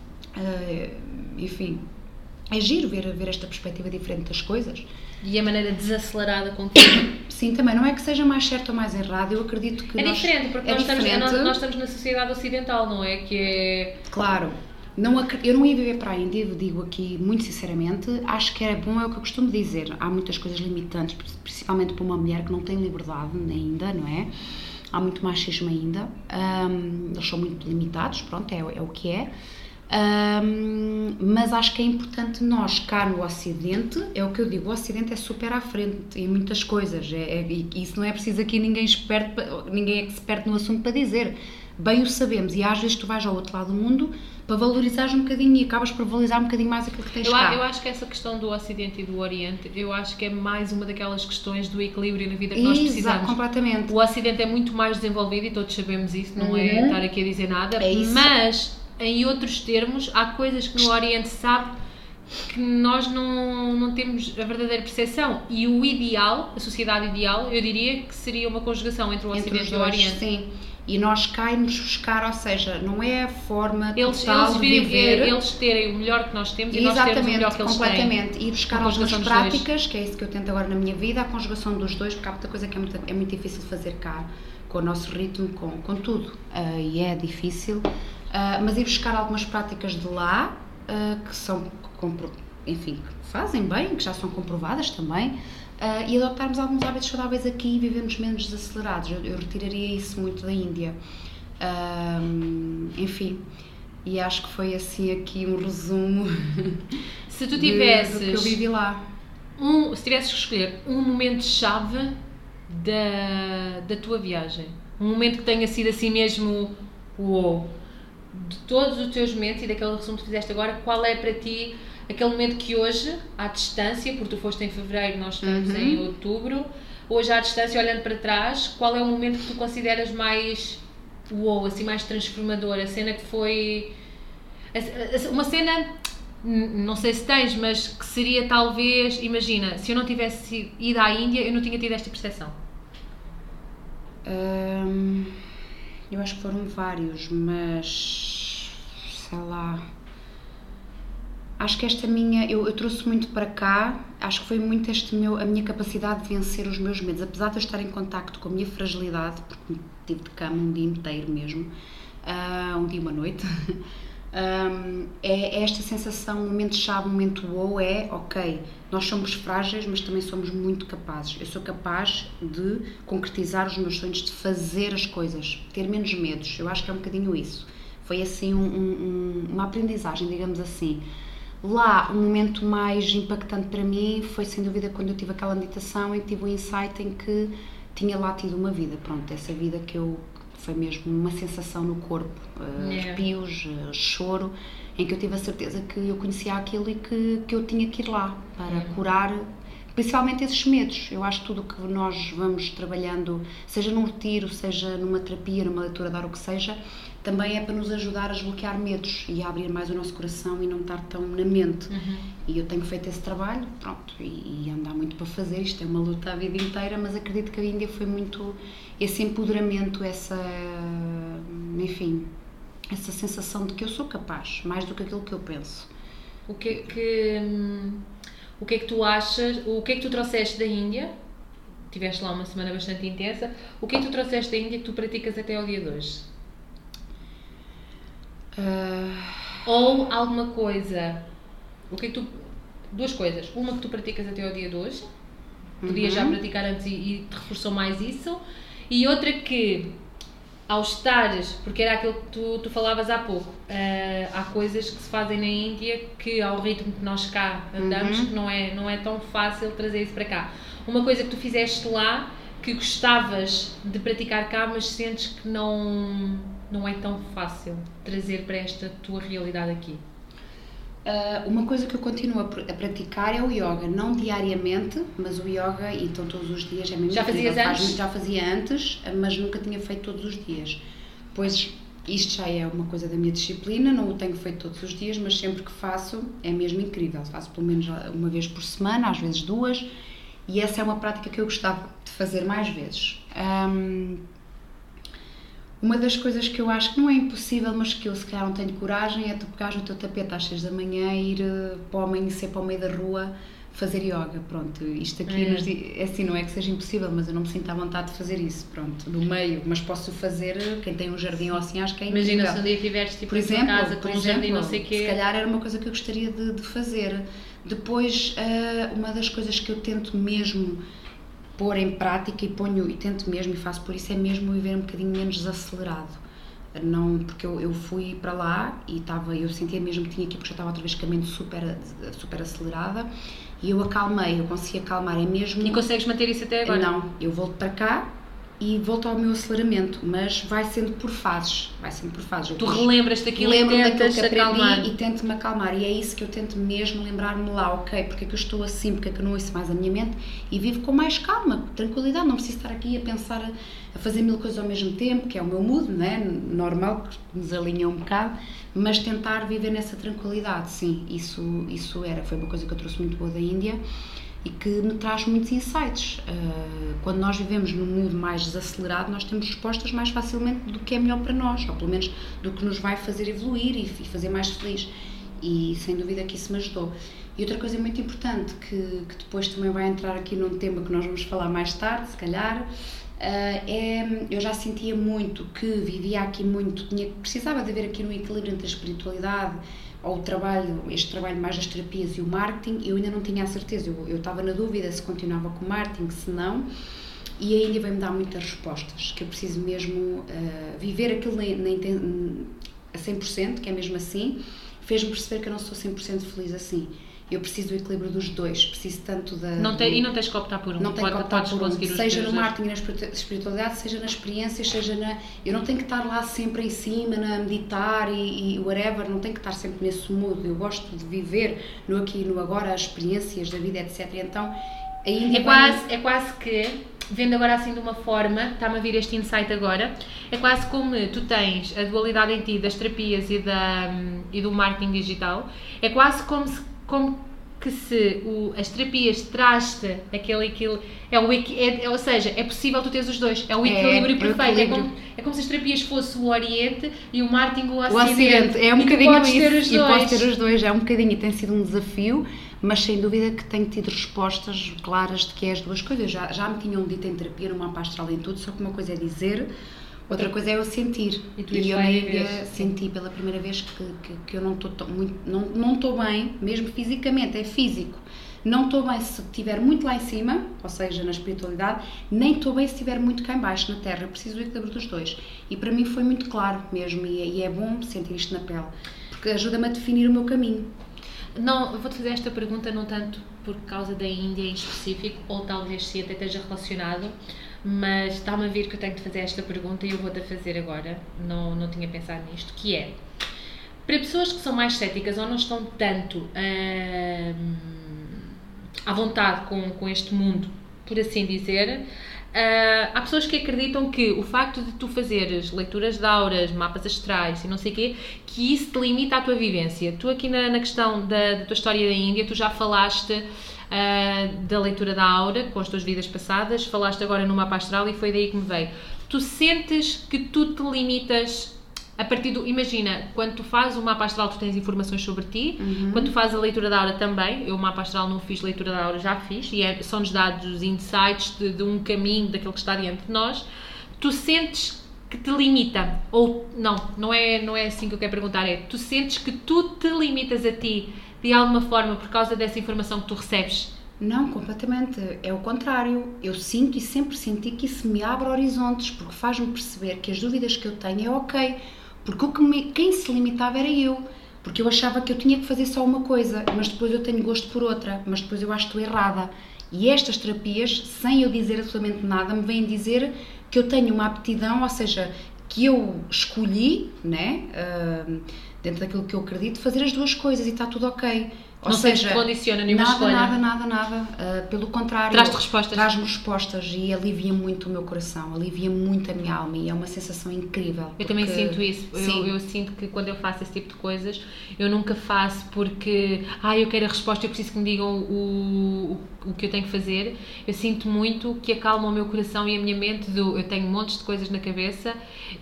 enfim, é giro ver esta perspectiva diferente das coisas. E a maneira desacelerada com que... Sim, também, não é que seja mais certo ou mais errado, eu acredito que diferente, porque nós estamos na sociedade ocidental, não é? Que é... Claro. Eu não ia viver para a Índia, digo aqui muito sinceramente, acho que era bom, é o que eu costumo dizer, há muitas coisas limitantes, principalmente para uma mulher que não tem liberdade ainda, não é? Há muito machismo ainda, eles são muito limitados, pronto, é o que é, mas acho que é importante nós, cá no Ocidente, é o que eu digo, o Ocidente é super à frente em muitas coisas, e isso não é preciso aqui ninguém é expert no assunto para dizer, bem o sabemos, e às vezes tu vais ao outro lado do mundo para valorizares um bocadinho e acabas por valorizar um bocadinho mais aquilo que tens cá. Eu acho que essa questão do Ocidente e do Oriente, eu acho que é mais uma daquelas questões do equilíbrio na vida que nós precisamos. Exato, completamente. O Ocidente é muito mais desenvolvido e todos sabemos isso, não é estar aqui a dizer nada, mas em outros termos, há coisas que no Oriente se sabe que nós não temos a verdadeira percepção. E o ideal, a sociedade ideal, eu diria que seria uma conjugação entre o Ocidente e o Oriente. Sim. E nós caímos buscar, ou seja, não é a forma total de viver. Eles terem o melhor que nós temos e nós termos o melhor que eles têm. Completamente. E buscar algumas práticas, que é isso que eu tento agora na minha vida, a conjugação dos dois, porque há muita coisa que é muito difícil de fazer cá, com o nosso ritmo, com tudo. E é difícil. Mas ir buscar algumas práticas de lá, que são, enfim, que fazem bem, que já são comprovadas também, e adotarmos alguns hábitos saudáveis aqui e vivermos menos desacelerados. Eu retiraria isso muito da Índia. Enfim, e acho que foi assim aqui um resumo. Se tu tivesses do que eu vivi lá. Se tivesses que escolher um momento-chave da tua viagem, um momento que tenha sido assim mesmo uou, de todos os teus momentos e daquele resumo que tu fizeste agora, qual é para ti aquele momento que hoje, à distância, porque tu foste em fevereiro, nós estamos em outubro, hoje à distância, olhando para trás, qual é o momento que tu consideras mais uou, assim, mais transformador, a cena que foi... Uma cena, não sei se tens, mas que seria talvez, imagina, se eu não tivesse ido à Índia, eu não tinha tido esta percepção. Eu acho que foram vários, mas sei lá, acho que esta minha, eu trouxe muito para cá, acho que foi muito a minha capacidade de vencer os meus medos, apesar de eu estar em contacto com a minha fragilidade, porque tive de cama um dia inteiro mesmo, um dia e uma noite, é esta sensação, um momento-chave, um momento wow, ok, nós somos frágeis, mas também somos muito capazes. Eu sou capaz de concretizar os meus sonhos, de fazer as coisas, ter menos medos. Eu acho que é um bocadinho isso. Foi assim uma aprendizagem, digamos assim. Lá, o momento mais impactante para mim foi sem dúvida quando eu tive aquela meditação e tive o insight em que tinha lá tido uma vida. Pronto, essa vida foi mesmo uma sensação no corpo, arrepios, choro, em que eu tive a certeza que eu conhecia aquilo e que eu tinha que ir lá para curar, principalmente esses medos. Eu acho que tudo o que nós vamos trabalhando, seja num retiro, seja numa terapia, numa leitura, dar o que seja, também é para nos ajudar a desbloquear medos e a abrir mais o nosso coração e não estar tão na mente. E eu tenho feito esse trabalho, pronto, e ando há muito para fazer, isto é uma luta a vida inteira, mas acredito que a Índia foi muito esse empoderamento, enfim, essa sensação de que eu sou capaz, mais do que aquilo que eu penso. O que é que tu achas, o que é que tu trouxeste da Índia? Tiveste lá uma semana bastante intensa. O que é que tu trouxeste da Índia que tu praticas até ao dia de hoje? Ou alguma coisa, duas coisas, uma que tu praticas até ao dia de hoje, podias já praticar antes e te reforçou mais isso, e outra que, ao estares, porque era aquilo que tu falavas há pouco, há coisas que se fazem na Índia que ao ritmo que nós cá andamos, que não é tão fácil trazer isso para cá. Uma coisa que tu fizeste lá, que gostavas de praticar cá, mas sentes que não é tão fácil trazer para esta tua realidade aqui. Uma coisa que eu continuo a praticar é o yoga, não diariamente, mas o yoga, então todos os dias é mesmo. Já fazias antes? Já fazia antes, mas nunca tinha feito todos os dias. Pois isto já é uma coisa da minha disciplina, não o tenho feito todos os dias, mas sempre que faço é mesmo incrível. Faço pelo menos uma vez por semana, às vezes duas, e essa é uma prática que eu gostava de fazer mais vezes. Uma das coisas que eu acho que não é impossível, mas que eu se calhar não tenho coragem, é tu pegares no teu tapete às 6 da manhã e ir para o amanhecer, para o meio da rua, fazer yoga. Pronto, isto aqui é assim, não é que seja impossível, mas eu não me sinto à vontade de fazer isso, pronto, no meio, mas posso fazer, quem tem um jardim ou assim, acho que é incrível. Imagina se um dia tiveres tipo em tua casa com um jardim, não sei o quê. Se calhar era uma coisa que eu gostaria de fazer. Depois, uma das coisas que eu tento mesmo pôr em prática e tento mesmo e faço por isso é mesmo viver um bocadinho menos desacelerado. Não, porque eu fui para lá e eu sentia mesmo que tinha aqui, porque já estava outra vez com a mente super acelerada, e eu consegui acalmar, é mesmo... E consegues manter isso até agora? Não, eu volto para cá e volto ao meu aceleramento, mas vai sendo por fases. Tu relembras daquilo e tentas acalmar. E tento-me acalmar, e é isso que eu tento mesmo lembrar-me lá, ok, porque é que eu estou assim, porque é que eu não ouço mais a minha mente, e vivo com mais calma, tranquilidade, não preciso estar aqui a pensar, a fazer mil coisas ao mesmo tempo, que é o meu mood, não é? Normal, que nos alinha um bocado, mas tentar viver nessa tranquilidade, sim, isso foi uma coisa que eu trouxe muito boa da Índia, e que me traz muitos insights. Quando nós vivemos num mood mais desacelerado, nós temos respostas mais facilmente do que é melhor para nós, ou pelo menos do que nos vai fazer evoluir e fazer mais feliz. E sem dúvida que isso me ajudou. E outra coisa muito importante, que depois também vai entrar aqui num tema que nós vamos falar mais tarde, se calhar, eu já sentia muito que vivia aqui muito, precisava de haver aqui um equilíbrio entre a espiritualidade ou este trabalho mais das terapias e o marketing. Eu ainda não tinha a certeza, eu estava na dúvida se continuava com o marketing, se não, e a Índia veio-me dar muitas respostas, que eu preciso mesmo viver aquilo a 100%, que é mesmo assim, fez-me perceber que eu não sou 100% feliz assim. Eu preciso do equilíbrio dos dois, preciso tanto da... E não tens que optar por um. Não tenho que optar por um, seja no marketing e na espiritualidade, seja nas experiências, eu não tenho que estar lá sempre em cima, a meditar e whatever, não tenho que estar sempre nesse mood. Eu gosto de viver no aqui e no agora, as experiências da vida, etc. Então, a Índia é quase que, vendo agora assim de uma forma, está-me a vir este insight agora, é quase como tu tens a dualidade em ti das terapias e do marketing digital, é quase como que se as terapias traz-te aquilo, ou seja, é possível tu teres os dois, é o equilíbrio perfeito. É como se as terapias fossem o Oriente e o marketing o Ocidente. É um bocadinho isso, e podes ter os dois, é um bocadinho, e tem sido um desafio, mas sem dúvida que tenho tido respostas claras de que é as duas coisas. Já me tinham dito em terapia, no mapa astral, em tudo, só que uma coisa é dizer, outra coisa é eu sentir. E eu na Índia senti pela primeira vez que eu não estou bem, mesmo fisicamente, é físico. Não estou bem se estiver muito lá em cima, ou seja, na espiritualidade, nem estou bem se estiver muito cá em baixo, na terra. Eu preciso do equilíbrio dos dois. E para mim foi muito claro mesmo, e é bom sentir isto na pele, porque ajuda-me a definir o meu caminho. Não, eu vou-te fazer esta pergunta não tanto por causa da Índia em específico, ou talvez se até esteja relacionado, mas está-me a vir que eu tenho de fazer esta pergunta e eu vou-te a fazer agora, não tinha pensado nisto, que é, para pessoas que são mais céticas ou não estão tanto à vontade com este mundo, por assim dizer, Há pessoas que acreditam que o facto de tu fazeres leituras de auras, mapas astrais e não sei o quê, que isso te limita à tua vivência. Tu aqui na questão da tua história da Índia, tu já falaste da leitura da aura com as tuas vidas passadas, falaste agora no mapa astral e foi daí que me veio. Tu sentes que tu te limitas a partir do... Imagina, quando tu fazes o mapa astral, tu tens informações sobre ti. Quando tu fazes a leitura da aura também. Eu o mapa astral não fiz, leitura da aura já fiz. E são-nos dados os insights de um caminho, daquele que está diante de nós. Tu sentes que te limita? Ou, não é assim que eu quero perguntar. Tu sentes que tu te limitas a ti, de alguma forma, por causa dessa informação que tu recebes? Não, completamente. É o contrário. Eu sinto e sempre senti que isso me abre horizontes, porque faz-me perceber que as dúvidas que eu tenho é ok. Porque quem se limitava era eu, porque eu achava que eu tinha que fazer só uma coisa, mas depois eu tenho gosto por outra, mas depois eu acho que estou errada. E estas terapias, sem eu dizer absolutamente nada, me vêm dizer que eu tenho uma aptidão, ou seja, que eu escolhi, né, dentro daquilo que eu acredito, fazer as duas coisas e está tudo ok. Ou seja, não te condiciona nenhuma escolha. Nada. Pelo contrário, traz-te respostas. Traz-me respostas e alivia muito o meu coração, alivia muito a minha alma e é uma sensação incrível. Eu também sinto isso. Eu sinto que quando eu faço esse tipo de coisas, eu nunca faço porque eu quero a resposta, eu preciso que me digam o que eu tenho que fazer. Eu sinto muito que acalma o meu coração e a minha mente eu tenho montes de coisas na cabeça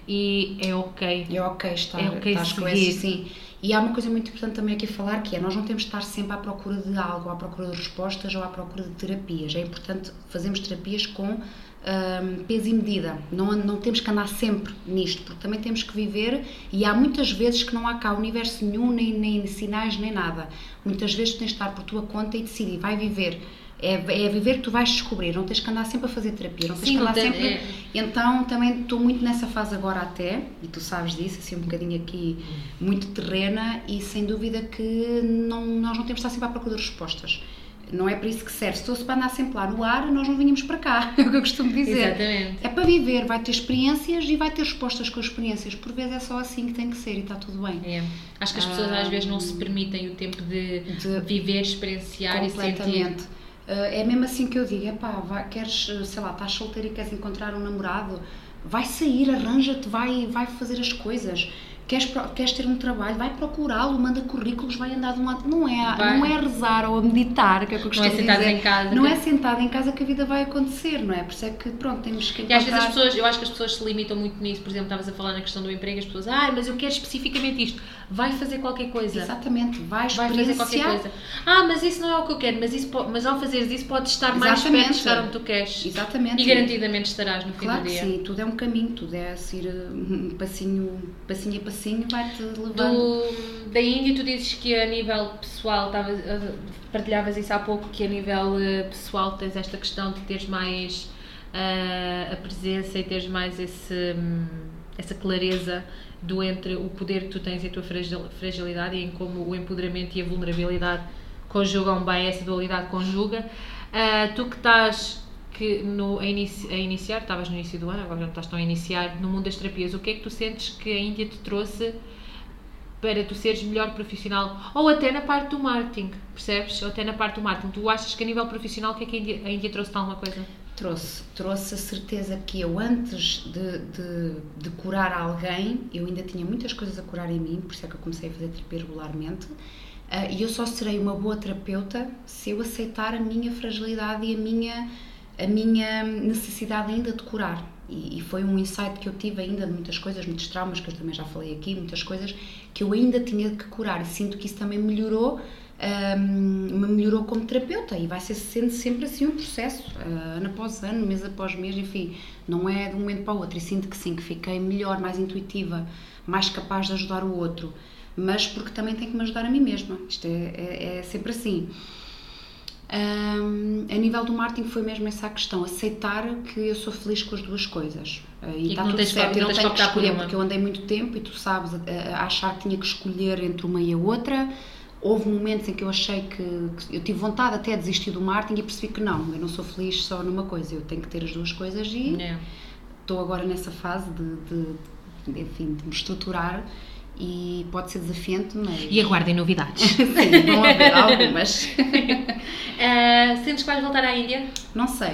e é ok. É ok estás com isso, sim. E há uma coisa muito importante também aqui a falar, que é, nós não temos de estar sempre à procura de algo, ou à procura de respostas, ou à procura de terapias. É importante fazermos terapias com peso e medida. Não temos que andar sempre nisto, porque também temos que viver, e há muitas vezes que não há cá universo nenhum, nem sinais, nem nada. Muitas vezes tu tens de estar por tua conta e decidir, vai viver. É viver que tu vais descobrir, não tens que andar sempre a fazer terapia, não tens que andar sempre... Então também estou muito nessa fase agora até, e tu sabes disso, assim um bocadinho aqui muito terrena, e sem dúvida que nós não temos de estar sempre à procura de respostas. Não é para isso que serve. Se fosse para andar sempre lá no ar, nós não vinhamos para cá, é o que eu costumo dizer. Exatamente. É para viver, vai ter experiências e vai ter respostas com as experiências. Por vezes é só assim que tem que ser e está tudo bem. Acho que as pessoas às vezes não se permitem o tempo de viver, experienciar e sentir. É mesmo assim que eu digo, queres, sei lá, estás solteiro e queres encontrar um namorado, vai sair, arranja-te, vai fazer as coisas. Queres ter um trabalho, vai procurá-lo, manda currículos, vai andar de um lado. Não é rezar ou a meditar, que é o que eu costumo dizer. Não é sentado em casa. Não é sentado em casa que a vida vai acontecer, não é? Por isso é que, pronto, temos que encontrar... E às vezes eu acho que as pessoas se limitam muito nisso. Por exemplo, estavas a falar na questão do emprego, as pessoas, mas eu quero especificamente isto. Vai fazer qualquer coisa. Exatamente, vai fazer qualquer coisa. Mas isso não é o que eu quero, mas ao fazeres isso podes estar mais perto de estar onde tu queres. Exatamente. E garantidamente estarás no fim do dia. Claro que sim, tudo é um caminho, tudo é assim, passinho a passinho, vai-te levando. Da Índia, tu dizes que a nível pessoal, partilhavas isso há pouco, que a nível pessoal tens esta questão de teres mais a presença e teres mais essa clareza entre o poder que tu tens e a tua fragilidade e em como o empoderamento e a vulnerabilidade conjugam bem, essa dualidade conjuga. Tu que estás a iniciar, estavas no início do ano, agora não estás tão a iniciar no mundo das terapias, o que é que tu sentes que a Índia te trouxe para tu seres melhor profissional, ou até na parte do marketing, percebes? Ou até na parte do marketing, tu achas que a nível profissional, o que é que a Índia trouxe de alguma coisa? Trouxe a certeza que eu, antes de curar alguém, eu ainda tinha muitas coisas a curar em mim, por isso é que eu comecei a fazer terapia regularmente, e eu só serei uma boa terapeuta se eu aceitar a minha fragilidade e a minha necessidade ainda de curar. E foi um insight que eu tive ainda de muitas coisas, muitos traumas, que eu também já falei aqui, muitas coisas que eu ainda tinha que curar, e sinto que isso também me melhorou como terapeuta, e vai ser sendo sempre assim um processo, ano após ano, mês após mês, enfim, não é de um momento para o outro, e sinto que sim, que fiquei melhor, mais intuitiva, mais capaz de ajudar o outro, mas porque também tenho que me ajudar a mim mesma, isto é sempre assim. A nível do marketing foi mesmo essa a questão, aceitar que eu sou feliz com as duas coisas, e está tudo certo, eu não tenho que escolher, porque eu andei muito tempo, e tu sabes, a achar que tinha que escolher entre uma e a outra. Houve momentos em que eu achei que eu tive vontade até de desistir do marketing e percebi que não, eu não sou feliz só numa coisa, eu tenho que ter as duas coisas, e estou agora nessa fase de me estruturar, e pode ser desafiante, mas... E aguardem novidades. Sim, vão haver algumas. Sentes que vais voltar à Índia? Não sei.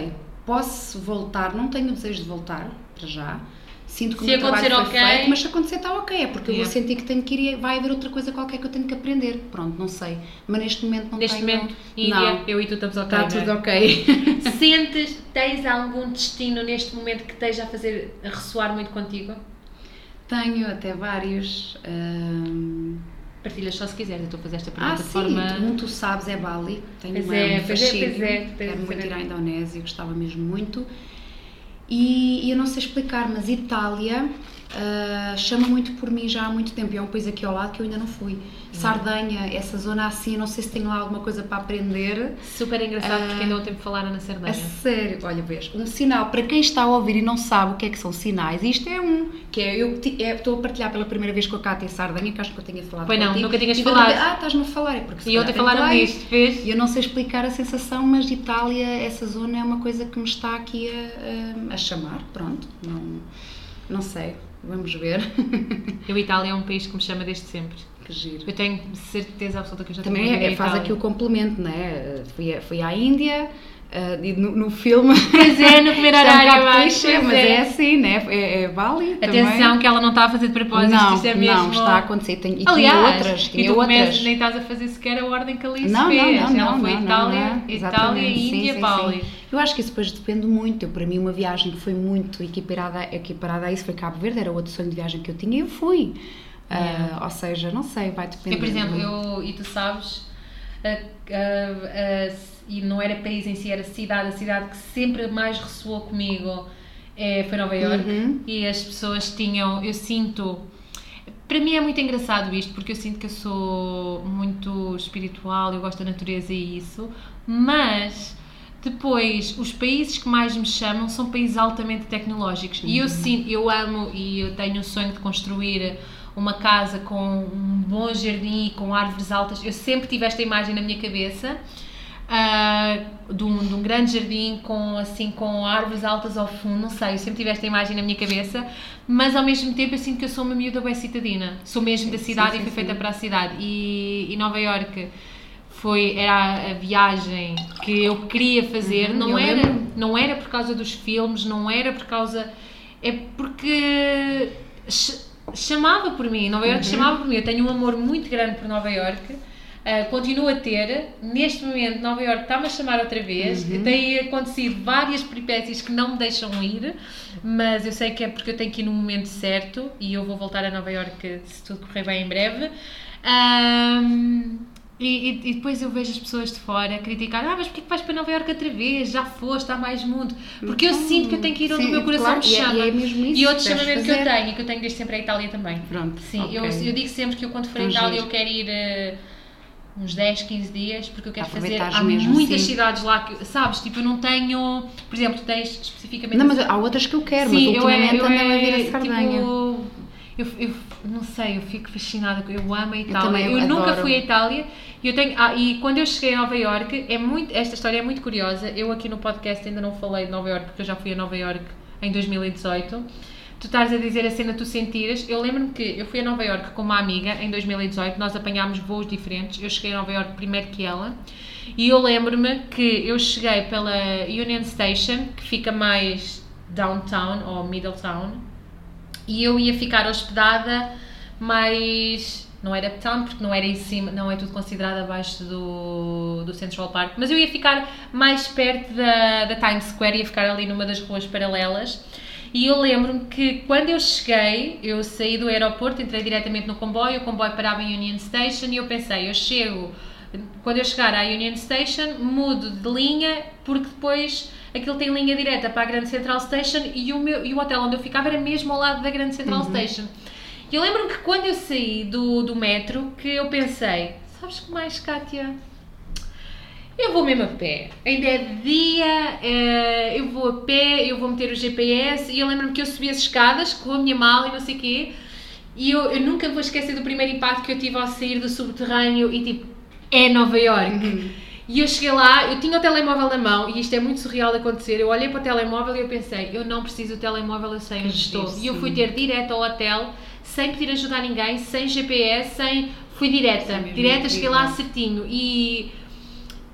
posso voltar, não tenho desejo de voltar, para já. Sinto que o Se meu trabalho acontecer, foi ok. feito, mas se acontecer está ok, é porque eu vou Yeah. sentir que tenho que ir e vai haver outra coisa qualquer que eu tenho que aprender. Pronto, não sei. Mas neste momento não Neste tenho... momento, Índia, não, eu e tu estamos ok. está não é? tudo ok. Tens algum destino neste momento que esteja a ressoar muito contigo? Tenho até vários. Partilhas só se quiseres, eu estou a fazer esta pergunta de Sim, forma... um tu sabes é Bali. Tenho Pois um é, fascínio. tens Quero de muito saber. ir à Indonésia, gostava mesmo muito. E eu não sei explicar, mas Itália chama muito por mim já há muito tempo. É um país aqui ao lado que eu ainda não fui. Sardenha, essa zona assim, não sei se tenho lá alguma coisa para aprender. Super engraçado, porque ainda ontem falaram na A Sardenha. sério, olha, vês, um sinal, para quem está a ouvir e não sabe o que é que são sinais, isto é um, que é, eu estou a partilhar pela primeira vez com a Cátia Sardenha, que acho que eu tenha falado Pois não, contigo, nunca tinhas e falado. estás-me a falar, é porque se E ontem calhar falaram tem lá disto, vês? e eu não sei explicar a sensação, mas Itália, essa zona é uma coisa que me está aqui a chamar, pronto, não sei, vamos ver. Eu, Itália é um país que me chama desde sempre. Que giro. Eu tenho certeza absoluta que eu já Também tenho vivido em faz Itália. aqui o complemento, não é? Fui à Índia, e no filme... Pois é, no primeiro Isto é um horário, bocado mas, clichê, pois mas é. é assim, né? É Bali também. Atenção que ela não está a fazer de propósito, Não, isto é mesmo... não, está a acontecer. E Aliás, tinha outras, e tinha tu outras. começas, nem estás a fazer sequer a ordem que a Alice Não, fez. Ela não, foi não, Itália, não. Itália, Exatamente, sim, Índia, sim, Bali. sim. Eu acho que isso depois depende muito. Para mim, uma viagem que foi muito equiparada a isso foi Cabo Verde, era outro sonho de viagem que eu tinha e eu fui. Ou seja, não sei, vai depender. Eu, por exemplo, e tu sabes, e não era país em si, era cidade, a cidade que sempre mais ressoou comigo foi Nova Iorque. E as pessoas eu sinto, para mim é muito engraçado isto, porque eu sinto que eu sou muito espiritual, eu gosto da natureza e isso, mas depois os países que mais me chamam são países altamente tecnológicos. E eu amo e eu tenho o sonho de construir uma casa com um bom jardim e com árvores altas. Eu sempre tive esta imagem na minha cabeça, de um grande jardim com árvores altas ao fundo, não sei, eu sempre tive esta imagem na minha cabeça, mas ao mesmo tempo eu sinto que eu sou uma miúda bem citadina, sou mesmo da cidade e fui feita para a cidade, e Nova Iorque era a viagem que eu queria fazer, não era por causa dos filmes, não era por causa, é porque chamava por mim, Nova Iorque chamava por mim. Eu tenho um amor muito grande por Nova Iorque, continuo a ter. Neste momento Nova Iorque está-me a chamar outra vez. Tem acontecido várias peripécias que não me deixam ir, mas eu sei que é porque eu tenho que ir no momento certo e eu vou voltar a Nova Iorque se tudo correr bem em breve. E depois eu vejo as pessoas de fora criticar, mas porquê que vais para Nova Iorque outra vez? Já foste, há mais mundo. Porque eu sinto que eu tenho que ir onde o meu coração claro, me chama. E é mesmo isso, e outro chamamento que eu tenho, e que eu tenho desde sempre, é a Itália também. Pronto, sim, ok. eu digo sempre que eu quando for à Itália eu quero ir uns 10, 15 dias, porque eu quero fazer, há mesmo, muitas sim. cidades lá que, sabes, tipo, eu não tenho, por exemplo, tu tens especificamente... Não, mas há outras que eu quero, sim, mas ultimamente andei a vir a Sardenha. Tipo, eu não sei, eu fico fascinada, eu amo a Itália. também, eu nunca adoro. fui à Itália e quando eu cheguei a Nova Iorque, esta história é muito curiosa. Eu aqui no podcast ainda não falei de Nova Iorque, porque eu já fui a Nova Iorque em 2018. Tu estás a dizer a cena, tu sentiras. Eu lembro-me que eu fui a Nova Iorque com uma amiga em 2018, nós apanhámos voos diferentes. Eu cheguei a Nova Iorque primeiro que ela, e eu lembro-me que eu cheguei pela Union Station, que fica mais downtown ou Middletown, e eu ia ficar hospedada mais... Não era uptown, porque não era em cima, não é tudo considerado abaixo do Central Park, mas eu ia ficar mais perto da Times Square, ia ficar ali numa das ruas paralelas. E eu lembro-me que quando eu cheguei, eu saí do aeroporto, entrei diretamente no comboio, o comboio parava em Union Station e eu pensei, quando eu chegar à Union Station, mudo de linha, porque depois aquilo tem linha direta para a Grande Central Station e o hotel onde eu ficava era mesmo ao lado da Grande Central Station. E eu lembro-me que quando eu saí do metro, que eu pensei, sabes que mais, Kátia? Eu vou mesmo a pé, ainda é de dia, eu vou a pé, eu vou meter o GPS, e eu lembro-me que eu subi as escadas com a minha mala e não sei o quê, e eu nunca vou esquecer do primeiro impacto que eu tive ao sair do subterrâneo e tipo, é Nova Iorque. E eu cheguei lá, eu tinha o telemóvel na mão, e isto é muito surreal de acontecer, eu olhei para o telemóvel e eu pensei, eu não preciso do telemóvel, eu sei onde estou. E eu fui ter direto ao hotel, sem pedir ajuda a ninguém, sem GPS, fui direta, cheguei lá certinho, e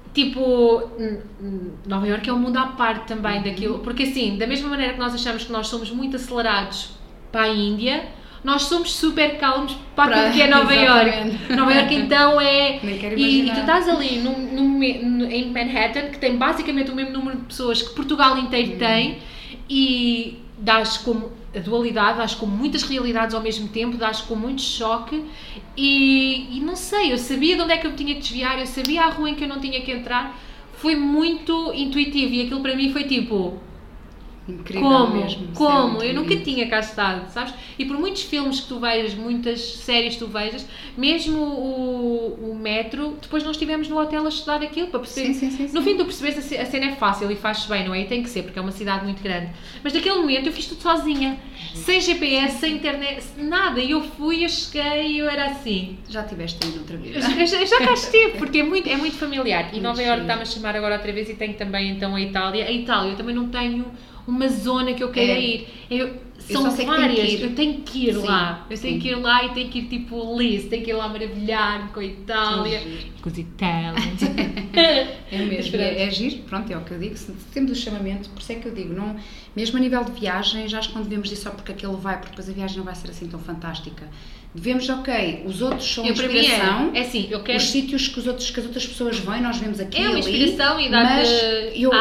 tipo, Nova Iorque é um mundo à parte também daquilo, porque assim, da mesma maneira que nós achamos que nós somos muito acelerados para a Índia, nós somos super calmos para aquilo que é Nova Iorque. Nova Iorque então é... E tu estás ali em Manhattan, que tem basicamente o mesmo número de pessoas que Portugal inteiro tem, e dás como a dualidade, dás com muitas realidades ao mesmo tempo, dás com muito choque e não sei, eu sabia de onde é que eu tinha que desviar, eu sabia a rua em que eu não tinha que entrar, foi muito intuitivo e aquilo para mim foi tipo... Incrível mesmo. Como? Eu nunca tinha cá estado, sabes? E por muitos filmes que tu vejas, muitas séries que tu vejas, mesmo o metro, depois nós estivemos no hotel a estudar aquilo para perceber. Sim. No fim tu percebes a cena é fácil e faz-se bem, não é? E tem que ser, porque é uma cidade muito grande. Mas naquele momento eu fiz tudo sozinha, sem GPS, sem internet, nada. E eu fui, eu cheguei e eu era assim. Já estiveste aí outra vez? Eu já cá estive, porque é muito familiar. E Nova Iorque está-me a chamar agora outra vez e tenho também então a Itália. A Itália eu também não tenho uma zona que eu queira ir. São várias, eu tenho que ir lá. Eu tenho que ir lá e tenho que ir tipo Liz, tenho que ir lá maravilhar-me com a Itália, com os italianos. É mesmo, é giro, pronto, é o que eu digo, se temos o chamamento, por isso é que eu digo, não, mesmo a nível de viagem, já acho que não devemos ir só porque aquele vai, porque depois a viagem não vai ser assim tão fantástica. Devemos, ok, os outros são a inspiração, é assim, eu quero... os sítios que as outras pessoas vêm, nós vemos aqui é uma inspiração ali, e dá-te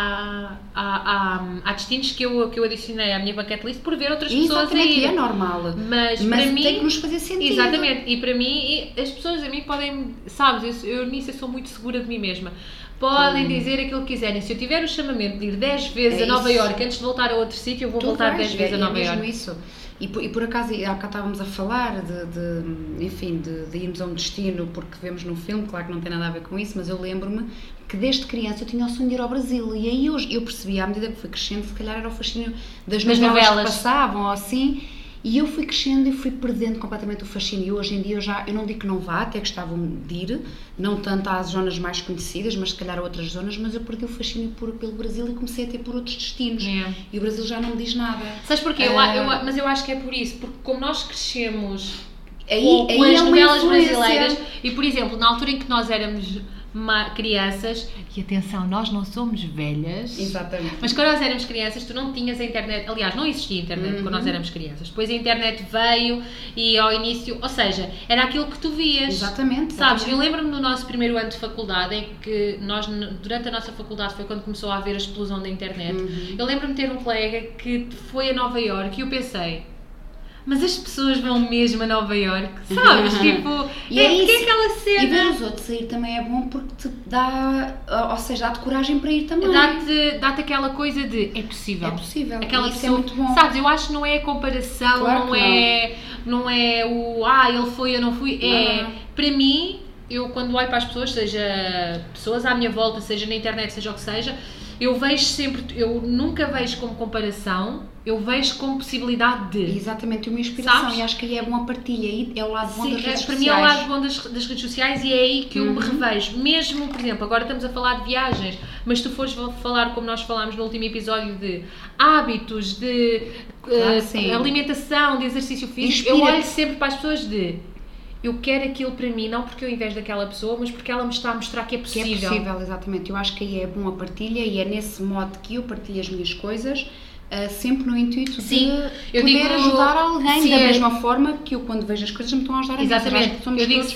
há destinos que eu adicionei à minha bucket list por ver outras pessoas a ir. É normal, mas para mim tem que nos fazer sentido. Exatamente, e para mim, as pessoas a mim podem, sabes, eu nisso eu sou muito segura de mim mesma. Podem dizer aquilo que quiserem. Se eu tiver o chamamento de ir 10 vezes a Nova Iorque antes de voltar a outro sítio, eu vou voltar 10 vezes a Nova Iorque. É mesmo isso. E por acaso, há bocado estávamos a falar de irmos a um destino porque vemos num filme, claro que não tem nada a ver com isso, mas eu lembro-me que desde criança eu tinha o sonho de ir ao Brasil e aí eu percebi, à medida que fui crescendo, se calhar era o fascínio das novelas que passavam ou assim, e eu fui crescendo e fui perdendo completamente o fascínio. E hoje em dia eu não digo que não vá, até gostava de ir, não tanto às zonas mais conhecidas, mas se calhar a outras zonas, mas eu perdi o fascínio pelo Brasil e comecei a ter por outros destinos. E o Brasil já não me diz nada. Sabes porquê? Mas eu acho que é por isso, porque como nós crescemos com as novelas brasileiras, e por exemplo, na altura em que nós éramos crianças, e atenção, nós não somos velhas. Exatamente. Mas quando nós éramos crianças, tu não tinhas a internet, aliás, não existia internet quando nós éramos crianças. Depois a internet veio e ao início, ou seja, era aquilo que tu vias. Exatamente. Sabes, eu lembro-me no nosso primeiro ano de faculdade, em que nós, durante a nossa faculdade, foi quando começou a haver a explosão da internet. Eu lembro-me de ter um colega que foi a Nova Iorque e eu pensei, mas as pessoas vão mesmo a Nova Iorque, sabes? Tipo, e é aquela cena. E ver os outros sair também é bom porque te dá, ou seja, dá-te coragem para ir também. Dá-te aquela coisa de, é possível. É possível, aquela isso é muito bom. Sabes, eu acho que não é a comparação, claro não é o, ele foi, eu não fui, para mim, eu quando olho para as pessoas, seja pessoas à minha volta, seja na internet, seja o que seja, eu vejo sempre, eu nunca vejo como comparação, eu vejo como possibilidade de... Exatamente, uma inspiração. Sabes? E acho que aí é bom a partilha, aí é o lado bom das redes sociais. Para mim é o lado bom das redes sociais e é aí que eu me revejo. Mesmo, por exemplo, agora estamos a falar de viagens, mas se tu fores falar, como nós falámos no último episódio, de hábitos, de alimentação, de exercício físico, eu olho sempre para as pessoas de... Eu quero aquilo para mim, não porque eu invejo daquela pessoa, mas porque ela me está a mostrar que é possível. Que é possível, exatamente. Eu acho que aí é bom a partilha e é nesse modo que eu partilho as minhas coisas, sempre no intuito de poder ajudar alguém da mesma forma que eu quando vejo as coisas me estão a ajudar a mim. Exatamente. Eu digo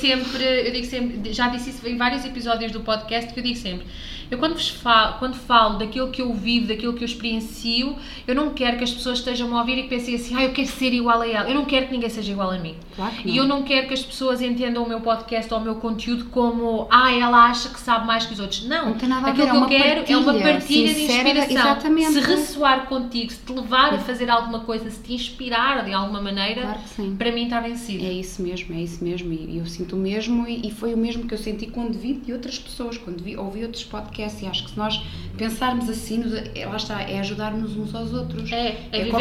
sempre, já disse isso em vários episódios do podcast, que eu digo sempre, eu quando falo daquilo que eu vivo, daquilo que eu experiencio, eu não quero que as pessoas estejam a ouvir e que pensem assim, eu quero ser igual a ela. Eu não quero que ninguém seja igual a mim. Claro que não. E eu não quero que as pessoas entendam o meu podcast ou o meu conteúdo como, ela acha que sabe mais que os outros. Não tem nada a ver. Aquilo que eu quero é uma partilha sincera, de inspiração. Exatamente. Se ressoar contigo, se te levar a fazer alguma coisa, se te inspirar de alguma maneira, claro que sim. Para mim está vencido. É isso mesmo. E eu sinto o mesmo e foi o mesmo que eu senti quando vi de outras pessoas, quando ouvi outros podcasts, e acho que se nós pensarmos assim, lá está, é ajudarmos uns aos outros. É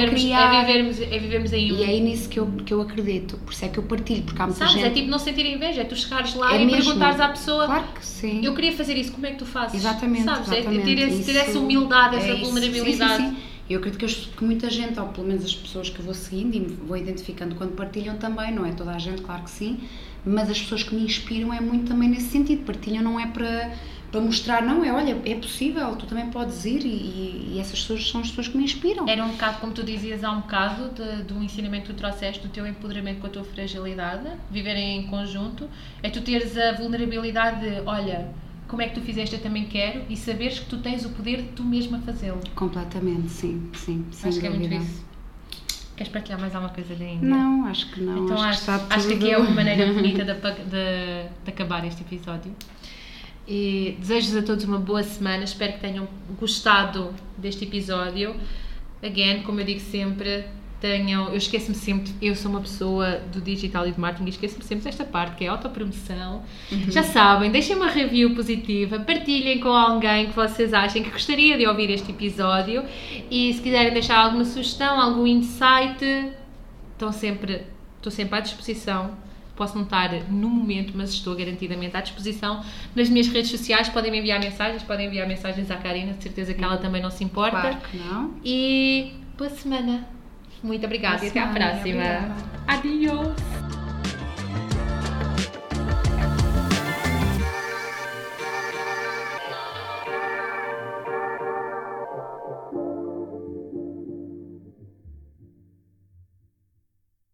vivermos em um. E é nisso que eu acredito, por isso é que eu partilho, porque há muita gente... É tipo não sentir inveja, é tu chegares lá e perguntares à pessoa, claro que sim. Eu queria fazer isso, como é que tu fazes? Exatamente, sabes? Exatamente. Ter essa humildade, essa vulnerabilidade. Sim. Eu acredito que muita gente, ou pelo menos as pessoas que eu vou seguindo e vou identificando quando partilham também, não é toda a gente, claro que sim, mas as pessoas que me inspiram é muito também nesse sentido, partilham não é para para mostrar, não, olha, é possível, tu também podes ir e essas pessoas são as pessoas que me inspiram. Era um bocado, como tu dizias há um bocado, do ensinamento que tu trouxeste, do teu empoderamento com a tua fragilidade, viverem em conjunto, é tu teres a vulnerabilidade de, olha, como é que tu fizeste, eu também quero, e saberes que tu tens o poder de tu mesma fazê-lo. Completamente, sim, acho que é muito isso. Queres partilhar mais alguma coisa da Índia? Não, acho que não. Então acho que aqui é uma maneira bonita de acabar este episódio. E desejo-vos a todos uma boa semana, espero que tenham gostado deste episódio. Again, como eu digo sempre, eu esqueço-me sempre, eu sou uma pessoa do digital e do marketing e esqueço-me sempre desta parte que é a autopromoção. Já sabem, deixem uma review positiva, partilhem com alguém que vocês achem que gostaria de ouvir este episódio e se quiserem deixar alguma sugestão, algum insight, estou sempre à disposição. Posso não estar no momento, mas estou garantidamente à disposição. Nas minhas redes sociais podem me enviar mensagens à Karina, de certeza que ela também não se importa. Claro que não. E boa semana. Muito obrigada e até à próxima. Obrigada. Adiós.